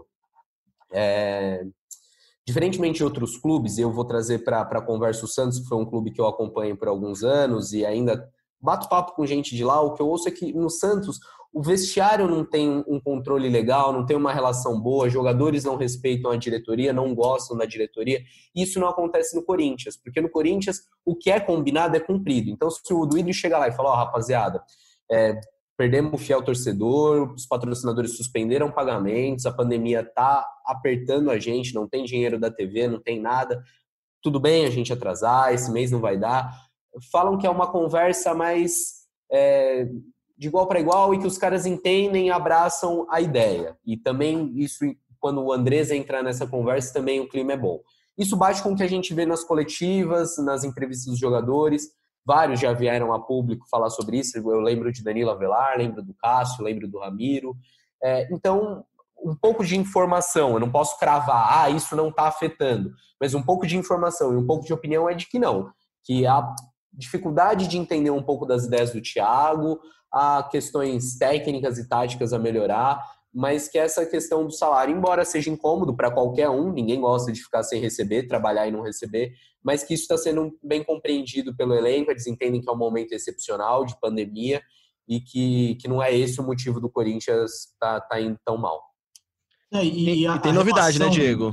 É... Diferentemente de outros clubes, eu vou trazer para a conversa o Santos, que foi um clube que eu acompanho por alguns anos e ainda bato papo com gente de lá, o que eu ouço é que no Santos o vestiário não tem um controle legal, não tem uma relação boa, jogadores não respeitam a diretoria, não gostam da diretoria. Isso não acontece no Corinthians, porque no Corinthians o que é combinado é cumprido. Então se o Duílio chega lá e fala, ó, oh, rapaziada, é, perdemos o fiel torcedor, os patrocinadores suspenderam pagamentos, a pandemia está apertando a gente, não tem dinheiro da T V, não tem nada. Tudo bem a gente atrasar, esse mês não vai dar. Falam que é uma conversa mais é, de igual para igual e que os caras entendem e abraçam a ideia. E também isso, quando o Andrés entrar nessa conversa, também o clima é bom. Isso bate com o que a gente vê nas coletivas, nas entrevistas dos jogadores. Vários já vieram a público falar sobre isso. Eu lembro de Danilo Avelar, lembro do Cássio, lembro do Ramiro. É, então, um pouco de informação. Eu não posso cravar, ah, isso não está afetando. Mas um pouco de informação e um pouco de opinião é de que não. Que a dificuldade de entender um pouco das ideias do Thiago, há questões técnicas e táticas a melhorar, mas que essa questão do salário, embora seja incômodo para qualquer um, ninguém gosta de ficar sem receber, trabalhar e não receber, mas que isso está sendo bem compreendido pelo elenco, eles entendem que é um momento excepcional de pandemia e que, que não é esse o motivo do Corinthians tá, tá indo tão mal. É, e, e, a, e tem novidade, relação... né, Diego?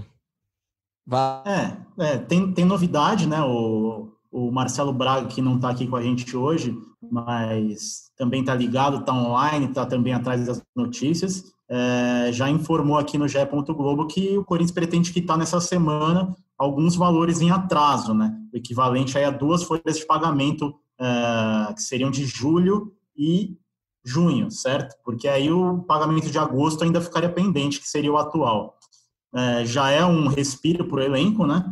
Vai. É, é tem, tem novidade, né? O, o Marcelo Braga, que não está aqui com a gente hoje, mas também está ligado, está online, está também atrás das notícias, é, já informou aqui no G E. Globo que o Corinthians pretende quitar nessa semana alguns valores em atraso, né? O equivalente aí a duas folhas de pagamento é, que seriam de julho e junho, certo? Porque aí o pagamento de agosto ainda ficaria pendente, que seria o atual. É, já é um respiro para o elenco, né?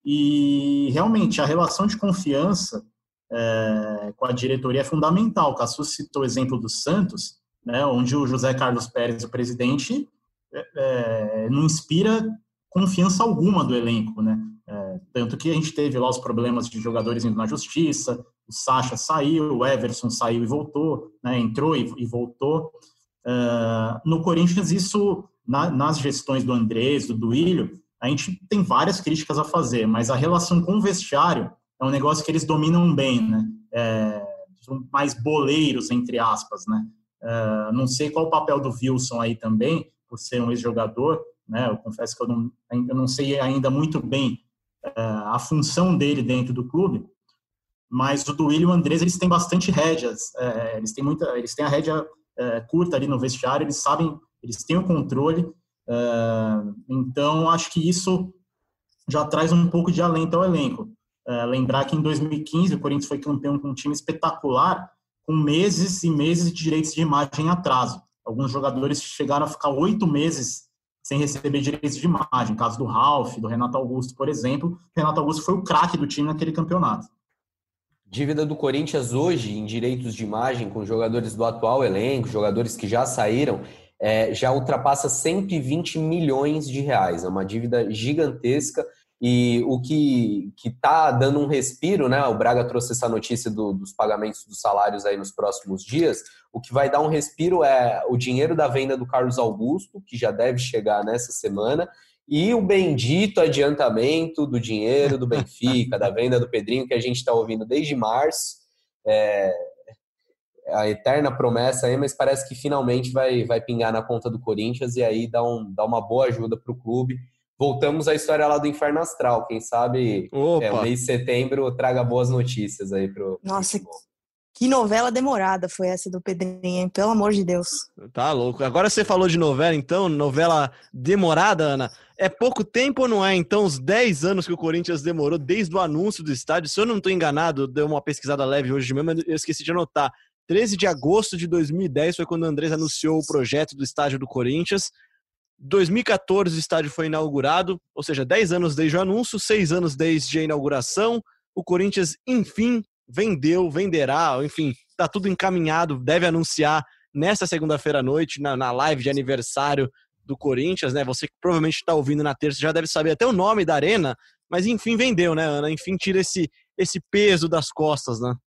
E realmente a relação de confiança é, com a diretoria é fundamental. O Cassu citou o exemplo do Santos, né, onde o José Carlos Pérez, o presidente, é, é, não inspira confiança alguma do elenco, né? É, tanto que a gente teve lá os problemas de jogadores indo na justiça, o Sacha saiu, o Everson saiu e voltou, né, entrou e, e voltou. É, no Corinthians, isso, na, nas gestões do Andrés, do Duílio, a gente tem várias críticas a fazer, mas a relação com o vestiário é um negócio que eles dominam bem, né? É, são mais boleiros, entre aspas, né? É, não sei qual o papel do Wilson aí também, por ser um ex-jogador, né? Eu confesso que eu não, eu não sei ainda muito bem é, a função dele dentro do clube, mas o Duílio e o Andrés, eles têm bastante rédeas, é, eles têm muita, eles têm a rédea é, curta ali no vestiário, eles sabem, eles têm o controle. Uh, então, acho que isso já traz um pouco de alento ao elenco. Uh, lembrar que em dois mil e quinze o Corinthians foi campeão com um time espetacular, com meses e meses de direitos de imagem em atraso. Alguns jogadores chegaram a ficar oito meses sem receber direitos de imagem. No caso do Ralf, do Renato Augusto, por exemplo. O Renato Augusto foi o craque do time naquele campeonato. Dívida do Corinthians hoje em direitos de imagem com jogadores do atual elenco, jogadores que já saíram, É, já ultrapassa cento e vinte milhões de reais, é uma dívida gigantesca e o que está dando um respiro, né? O Braga trouxe essa notícia do, dos pagamentos dos salários aí nos próximos dias, o que vai dar um respiro é o dinheiro da venda do Carlos Augusto, que já deve chegar nessa semana, e o bendito adiantamento do dinheiro do Benfica, da venda do Pedrinho, que a gente está ouvindo desde março. É, a eterna promessa aí, mas parece que finalmente vai, vai pingar na conta do Corinthians e aí dá, um, dá uma boa ajuda para o clube. Voltamos à história lá do Inferno Astral. Quem sabe é, o mês de setembro traga boas notícias aí pro... Nossa, que novela demorada foi essa do Pedrinho, hein? Pelo amor de Deus. Tá louco. Agora você falou de novela, então, novela demorada, Ana. É pouco tempo ou não é? Então, os dez anos que o Corinthians demorou desde o anúncio do estádio. Se eu não estou enganado, deu uma pesquisada leve hoje de manhã, mas eu esqueci de anotar. treze de agosto de dois mil e dez foi quando o Andrés anunciou o projeto do estádio do Corinthians. dois mil e quatorze o estádio foi inaugurado, ou seja, dez anos desde o anúncio, seis anos desde a inauguração. O Corinthians, enfim, vendeu, venderá, enfim, tá tudo encaminhado, deve anunciar nesta segunda-feira à noite, na, na live de aniversário do Corinthians, né? Você que provavelmente está ouvindo na terça já deve saber até o nome da arena, mas enfim, vendeu, né, Ana? Enfim, tira esse, esse peso das costas, né?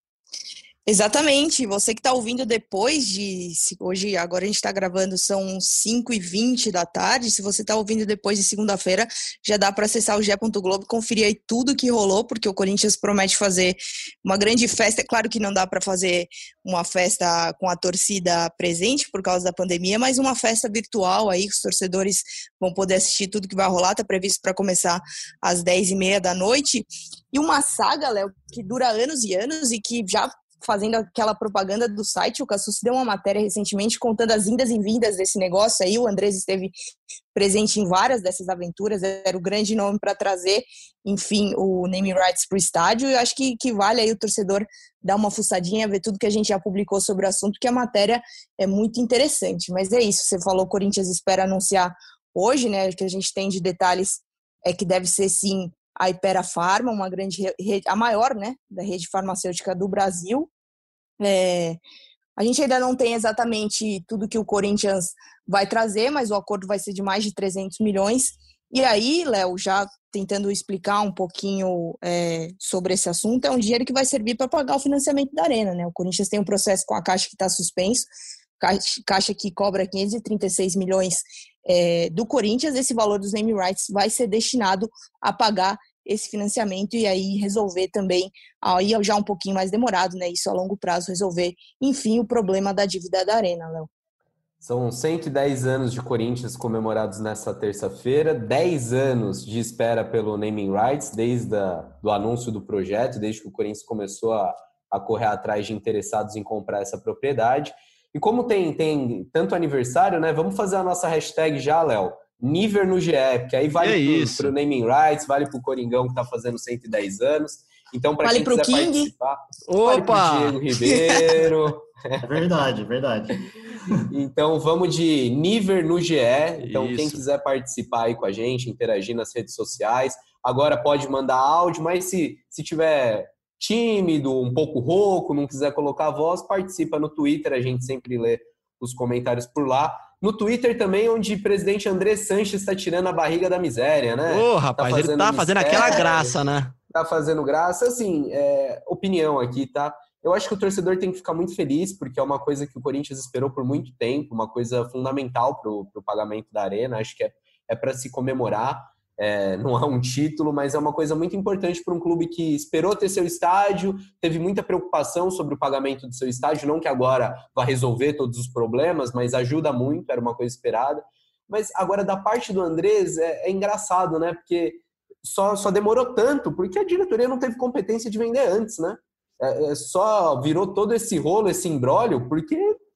Exatamente, você que está ouvindo depois de, hoje, agora a gente está gravando, são cinco e vinte da tarde, se você está ouvindo depois de segunda-feira, já dá para acessar o G E ponto Globo, conferir aí tudo que rolou, porque o Corinthians promete fazer uma grande festa. É claro que não dá para fazer uma festa com a torcida presente por causa da pandemia, mas uma festa virtual aí, que os torcedores vão poder assistir tudo que vai rolar, está previsto para começar às dez e meia da noite, e uma saga, Léo, que dura anos e anos e que já fazendo aquela propaganda do site, o Cassus deu uma matéria recentemente contando as indas e vindas desse negócio aí, o Andrés esteve presente em várias dessas aventuras, era o grande nome para trazer, enfim, o naming rights para o estádio, e eu acho que, que vale aí o torcedor dar uma fuçadinha, ver tudo que a gente já publicou sobre o assunto, que a matéria é muito interessante, mas é isso, você falou, o Corinthians espera anunciar hoje, né, o que a gente tem de detalhes é que deve ser sim a Hypera Pharma, uma grande rede, a maior, né, da rede farmacêutica do Brasil. É, a gente ainda não tem exatamente tudo que o Corinthians vai trazer, mas o acordo vai ser de mais de trezentos milhões. E aí, Léo, já tentando explicar um pouquinho é, sobre esse assunto, é um dinheiro que vai servir para pagar o financiamento da Arena, né? O Corinthians tem um processo com a Caixa que está suspenso, Caixa, Caixa que cobra quinhentos e trinta e seis milhões é, do Corinthians, esse valor dos name rights vai ser destinado a pagar esse financiamento e aí resolver também, aí já um pouquinho mais demorado, né, isso a longo prazo, resolver, enfim, o problema da dívida da Arena, Léo. São cento e dez anos de Corinthians comemorados nessa terça-feira, dez anos de espera pelo naming rights, desde o anúncio do projeto, desde que o Corinthians começou a, a correr atrás de interessados em comprar essa propriedade. E como tem, tem tanto aniversário, né, vamos fazer a nossa hashtag já, Léo, Niver no G E, porque aí vale é para o naming rights, vale para o Coringão que está fazendo cento e dez anos. Então, para vale quem quiser King. participar, Opa! vale para o Diego Ribeiro. É verdade, é verdade. Então, vamos de Niver no G E. Então, Isso. Quem quiser participar aí com a gente, interagir nas redes sociais, agora pode mandar áudio, mas se, se tiver tímido, um pouco rouco, não quiser colocar a voz, participa no Twitter, a gente sempre lê os comentários por lá. No Twitter também, onde o presidente André Sanches está tirando a barriga da miséria, né? Ô, rapaz, tá ele tá fazendo mistério, aquela graça, né? Tá fazendo graça. Assim, é, opinião aqui, tá? Eu acho que o torcedor tem que ficar muito feliz, porque é uma coisa que o Corinthians esperou por muito tempo, uma coisa fundamental pro, pro pagamento da Arena. Acho que é, é para se comemorar. É, não é um título, mas é uma coisa muito importante para um clube que esperou ter seu estádio, teve muita preocupação sobre o pagamento do seu estádio, não que agora vá resolver todos os problemas, mas ajuda muito, era uma coisa esperada. Mas agora, da parte do Andrés, é, é engraçado, né? Porque só, só demorou tanto, porque a diretoria não teve competência de vender antes, né? É, é, só virou todo esse rolo, esse imbróglio, porque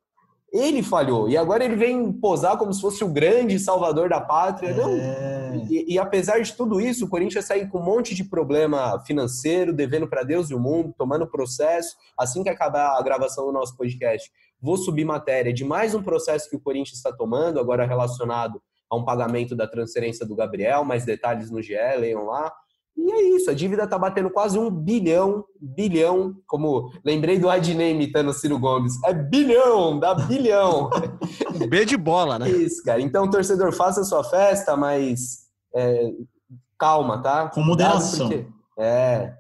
ele falhou. E agora ele vem posar como se fosse o grande salvador da pátria. É... Não... E, e apesar de tudo isso, o Corinthians sai com um monte de problema financeiro, devendo para Deus e o mundo, tomando processo. Assim que acabar a gravação do nosso podcast, vou subir matéria de mais um processo que o Corinthians está tomando, agora relacionado a um pagamento da transferência do Gabriel, mais detalhes no G E, leiam lá. E é isso, a dívida está batendo quase um bilhão, bilhão, como lembrei do Adnei imitando o Ciro Gomes, é bilhão, dá bilhão. B de bola, né? Isso, cara. Então, torcedor, faça a sua festa, mas é, calma, tá? Com moderação. Porque, é,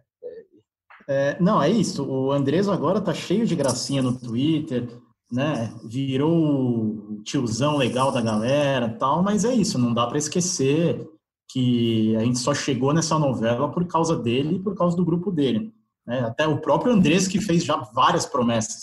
é... Não, é isso. O Andrés agora tá cheio de gracinha no Twitter, né? Virou o tiozão legal da galera e tal, mas é isso, não dá para esquecer que a gente só chegou nessa novela por causa dele e por causa do grupo dele. Né? Até o próprio Andrés que fez já várias promessas, né?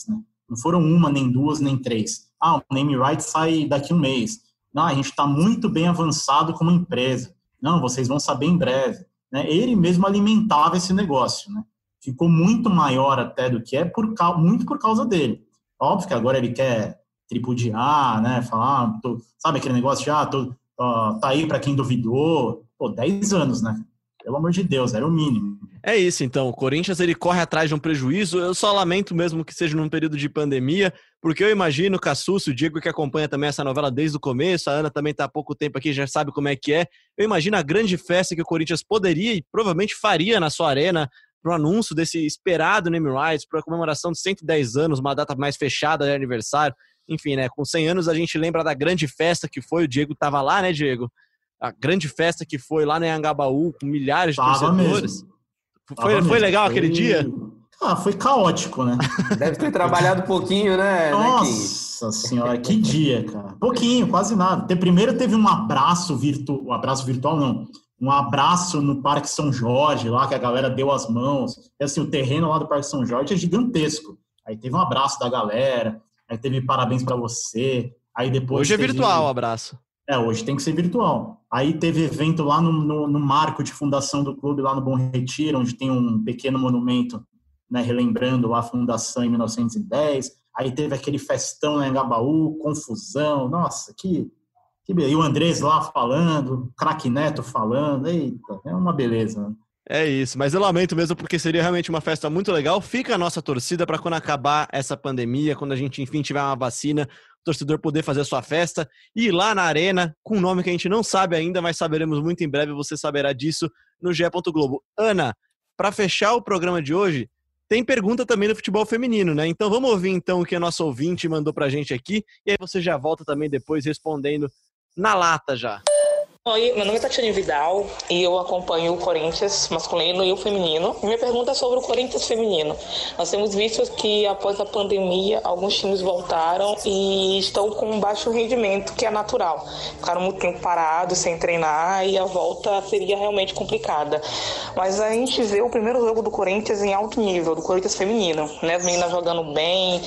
Não foram uma, nem duas, nem três. Ah, o name right sai daqui a um mês. Não, a gente está muito bem avançado como empresa. Não, vocês vão saber em breve. Né? Ele mesmo alimentava esse negócio. Né? Ficou muito maior até do que é, por, muito por causa dele. Óbvio que agora ele quer tripudiar, né? Falar, tô, sabe aquele negócio de, ah, tô, ó, tá aí para quem duvidou. Pô, dez anos, né? Pelo amor de Deus, era o mínimo. É isso, então. O Corinthians, ele corre atrás de um prejuízo. Eu só lamento mesmo que seja num período de pandemia, porque eu imagino o Cassucci, o Diego que acompanha também essa novela desde o começo, a Ana também está há pouco tempo aqui, já sabe como é que é. Eu imagino a grande festa que o Corinthians poderia e provavelmente faria na sua arena para o anúncio desse esperado name rights, para a comemoração de cento e dez anos, uma data mais fechada de aniversário. Enfim, né? Com cem anos a gente lembra da grande festa que foi. O Diego estava lá, né, Diego? A grande festa que foi lá em Anhangabaú, com milhares de Tava torcedores. Mesmo. Foi, foi legal foi... aquele dia? Ah, foi caótico, né? Deve ter trabalhado um pouquinho, né? Nossa né, senhora, que dia, cara. Pouquinho, quase nada. Primeiro teve um abraço virtual, um abraço virtual não, um abraço no Parque São Jorge, lá que a galera deu as mãos. E assim, o terreno lá do Parque São Jorge é gigantesco. Aí teve um abraço da galera, aí teve parabéns pra você. Aí depois Hoje é teve... virtual o abraço. É, hoje tem que ser virtual. Aí teve evento lá no, no, no marco de fundação do clube, lá no Bom Retiro, onde tem um pequeno monumento, né, relembrando lá a fundação em mil novecentos e dez. Aí teve aquele festão em Anhangabaú, confusão. Nossa, que, que beleza. E o Andrés lá falando, o craque Neto falando. Eita, é uma beleza, né? É isso, mas eu lamento mesmo porque seria realmente uma festa muito legal. Fica a nossa torcida para quando acabar essa pandemia, quando a gente, enfim, tiver uma vacina, o torcedor poder fazer a sua festa e ir lá na arena com um nome que a gente não sabe ainda, mas saberemos muito em breve, você saberá disso no G E. Globo. Ana, para fechar o programa de hoje, tem pergunta também do futebol feminino, né? Então vamos ouvir então o que a nossa ouvinte mandou pra gente aqui e aí você já volta também depois respondendo na lata já. Oi, meu nome é Tatiane Vidal e eu acompanho o Corinthians masculino e o feminino. E minha pergunta é sobre o Corinthians feminino. Nós temos visto que após a pandemia, alguns times voltaram e estão com um baixo rendimento, que é natural. Ficaram muito tempo parados, sem treinar, e a volta seria realmente complicada. Mas a gente vê o primeiro jogo do Corinthians em alto nível, do Corinthians feminino, né? As meninas jogando bem,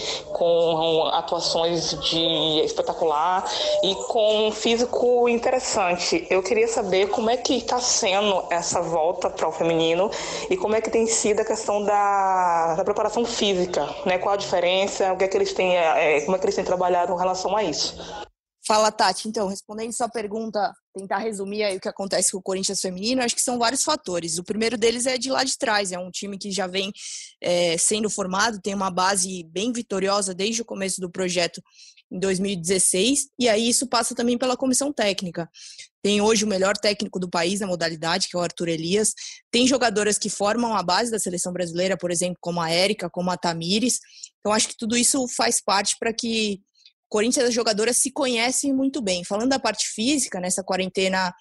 com atuações de espetacular e com um físico interessante. Eu queria saber como é que está sendo essa volta para o feminino e como é que tem sido a questão da, da preparação física, né? Qual a diferença, o que é que eles têm, é, como é que eles têm trabalhado em relação a isso. Fala, Tati. Então, respondendo sua pergunta, tentar resumir aí o que acontece com o Corinthians feminino, acho que são vários fatores. O primeiro deles é de lá de trás, é um time que já vem é, sendo formado, tem uma base bem vitoriosa desde o começo do projeto em dois mil e dezesseis, e aí isso passa também pela comissão técnica. Tem hoje o melhor técnico do país na modalidade, que é o Arthur Elias. Tem jogadoras que formam a base da seleção brasileira, por exemplo, como a Érica, como a Tamires. Então, acho que tudo isso faz parte para que o Corinthians, as jogadoras se conhecem muito bem. Falando da parte física, nessa quarentena,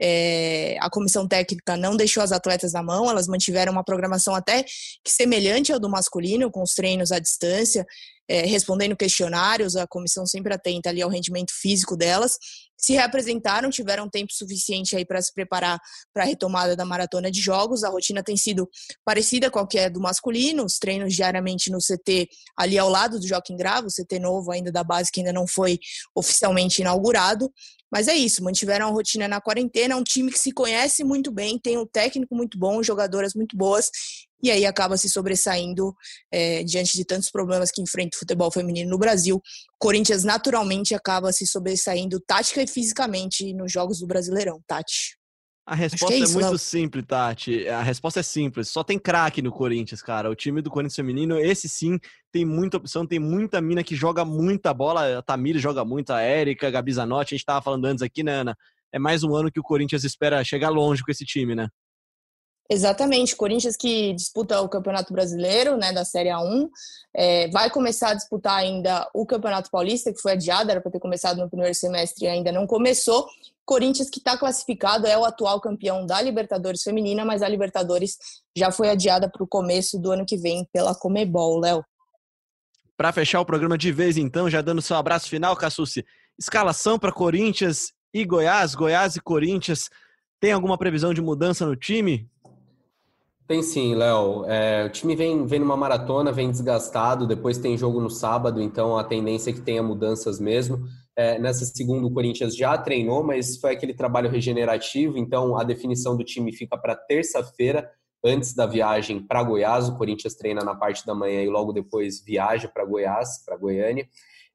é, a comissão técnica não deixou as atletas na mão, elas mantiveram uma programação até que semelhante ao do masculino, com os treinos à distância, é, respondendo questionários, a comissão sempre atenta ali ao rendimento físico delas. Se reapresentaram, tiveram tempo suficiente aí para se preparar para a retomada da maratona de jogos. A rotina tem sido parecida com a que é do masculino, os treinos diariamente no C T ali ao lado do Joaquim Gravo, o C T novo ainda da base que ainda não foi oficialmente inaugurado. Mas é isso, mantiveram a rotina na quarentena, é um time que se conhece muito bem, tem um técnico muito bom, jogadoras muito boas, e aí acaba se sobressaindo é, diante de tantos problemas que enfrenta o futebol feminino no Brasil. O Corinthians naturalmente acaba se sobressaindo tática e fisicamente nos jogos do Brasileirão, Tati. A resposta é, é isso, muito Léo. simples, Tati. A resposta é simples. Só tem craque no Corinthians, cara. O time do Corinthians feminino, esse sim, tem muita opção, tem muita mina que joga muita bola. A Tamires joga muito, a Érica, a Gabi Zanotti, a gente tava falando antes aqui, né, Ana? É mais um ano que o Corinthians espera chegar longe com esse time, né? Exatamente, Corinthians que disputa o Campeonato Brasileiro, né, da Série A um, é, vai começar a disputar ainda o Campeonato Paulista, que foi adiado, era para ter começado no primeiro semestre e ainda não começou. Corinthians que está classificado, é o atual campeão da Libertadores feminina, mas a Libertadores já foi adiada para o começo do ano que vem pela Conmebol, Léo. Para fechar o programa de vez, então, já dando seu abraço final, Cassucci, escalação para Corinthians e Goiás, Goiás e Corinthians, tem alguma previsão de mudança no time? Tem sim, Léo. É, o time vem, vem numa maratona, vem desgastado, depois tem jogo no sábado, então a tendência é que tenha mudanças mesmo. É, nessa segunda, o Corinthians já treinou, mas foi aquele trabalho regenerativo, então a definição do time fica para terça-feira, antes da viagem para Goiás. O Corinthians treina na parte da manhã e logo depois viaja para Goiás, para Goiânia.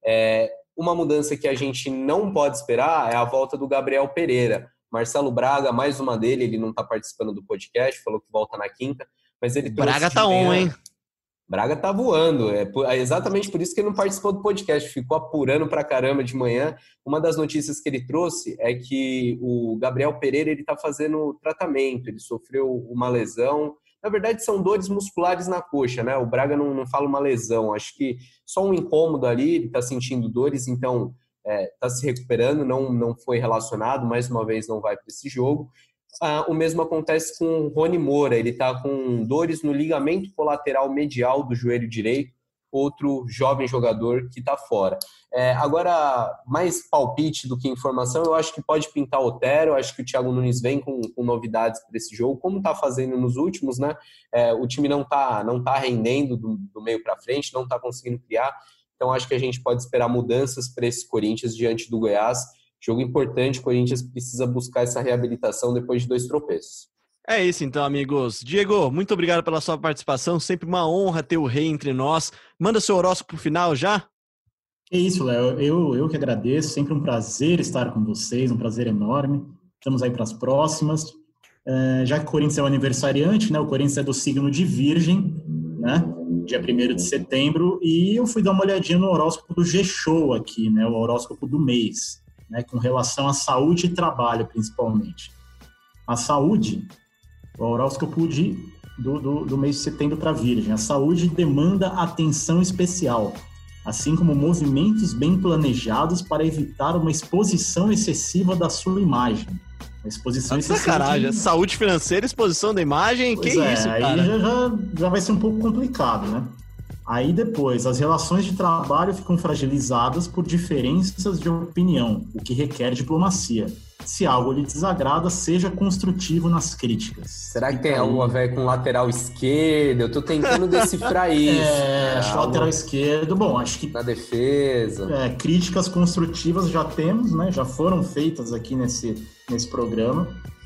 É, uma mudança que a gente não pode esperar é a volta do Gabriel Pereira. Marcelo Braga, mais uma dele, ele não está participando do podcast, falou que volta na quinta, mas ele trouxe Braga tá on, hein? Braga tá voando, é, é exatamente por isso que ele não participou do podcast, ficou apurando pra caramba de manhã. Uma das notícias que ele trouxe é que o Gabriel Pereira, ele tá fazendo tratamento, ele sofreu uma lesão, na verdade são dores musculares na coxa, né? O Braga não, não fala uma lesão, acho que só um incômodo ali, ele tá sentindo dores, então está é, se recuperando, não, não foi relacionado, mais uma vez não vai para esse jogo. Ah, o mesmo acontece com o Rony Moura, ele está com dores no ligamento colateral medial do joelho direito, outro jovem jogador que está fora. É, agora, mais palpite do que informação, eu acho que pode pintar Otero, eu acho que o Thiago Nunes vem com, com novidades para esse jogo, como está fazendo nos últimos, né? É, o time não está não tá rendendo do, do meio para frente, não está conseguindo criar. Então, acho que a gente pode esperar mudanças para esse Corinthians diante do Goiás. Jogo importante, o Corinthians precisa buscar essa reabilitação depois de dois tropeços. É isso então, amigos. Diego, muito obrigado pela sua participação. Sempre uma honra ter o rei entre nós. Manda seu horóscopo final já. É isso, Léo. Eu, eu que agradeço. Sempre um prazer estar com vocês, um prazer enorme. Estamos aí para as próximas. É, já que o Corinthians é o aniversariante, né? O Corinthians é do signo de Virgem, né? Dia primeiro de setembro, e eu fui dar uma olhadinha no horóscopo do G-Show aqui, né, o horóscopo do mês, né, com relação à saúde e trabalho, principalmente. A saúde, o horóscopo de, do, do, do mês de setembro para Virgem, a saúde demanda atenção especial, assim como movimentos bem planejados para evitar uma exposição excessiva da sua imagem. Uma exposição ah, excessiva. Sacanagem, de... saúde financeira, exposição da imagem, pois que é, isso, aí cara? Já, já, já vai ser um pouco complicado, né? Aí depois, as relações de trabalho ficam fragilizadas por diferenças de opinião, o que requer diplomacia. Se algo lhe desagrada, seja construtivo nas críticas. Será que tem algo a ver com lateral esquerdo? Eu tô tentando decifrar isso. É, acho que algo... lateral esquerdo, bom, acho que... Na defesa. É, críticas construtivas já temos, né? Já foram feitas aqui nesse, nesse programa.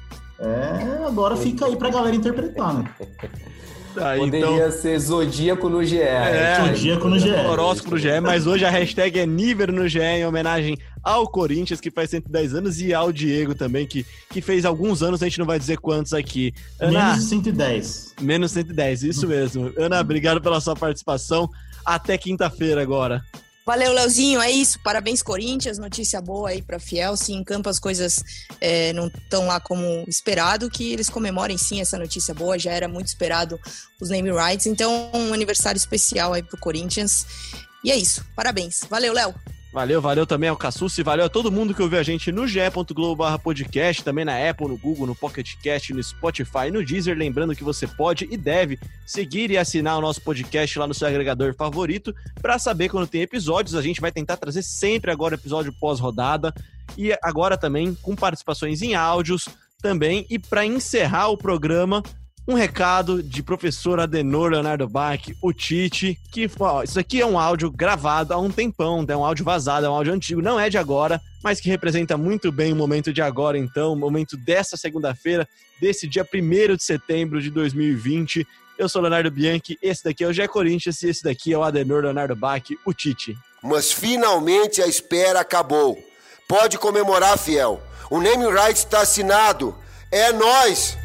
É, agora fica aí pra galera interpretar, né? Tá, Poderia então... ser Zodíaco no G E. É, Zodíaco no G E. Horóscopo no G E, mas hoje a hashtag é Níver no G E, em homenagem ao Corinthians, que faz cento e dez anos, e ao Diego também, que, que fez alguns anos, a gente não vai dizer quantos aqui. Ana, menos cento e dez. Menos cento e dez, isso mesmo. Ana, obrigado pela sua participação. Até quinta-feira agora. Valeu, Leozinho, é isso. Parabéns, Corinthians. Notícia boa aí pra Fiel. Se em campo as coisas é, não estão lá como esperado, que eles comemorem sim essa notícia boa. Já era muito esperado os name rights. Então, um aniversário especial aí pro Corinthians. E é isso. Parabéns. Valeu, Léo. Valeu, valeu também ao Cassucci, valeu a todo mundo que ouviu a gente no ge ponto globo barra podcast, também na Apple, no Google, no Pocket Cast, no Spotify, no Deezer. Lembrando que você pode e deve seguir e assinar o nosso podcast lá no seu agregador favorito para saber quando tem episódios. A gente vai tentar trazer sempre agora episódio pós-rodada e agora também com participações em áudios também. E para encerrar o programa, um recado de professor Adenor Leonardo Bach, o Tite, que ó, isso aqui é um áudio gravado há um tempão, é um áudio vazado, é um áudio antigo, não é de agora, mas que representa muito bem o momento de agora, então, o momento dessa segunda-feira, desse dia primeiro de setembro de dois mil e vinte. Eu sou Leonardo Bianchi, esse daqui é o G E Corinthians e esse daqui é o Adenor Leonardo Bach, o Tite. Mas finalmente a espera acabou. Pode comemorar, fiel. O name rights está assinado. É nóis!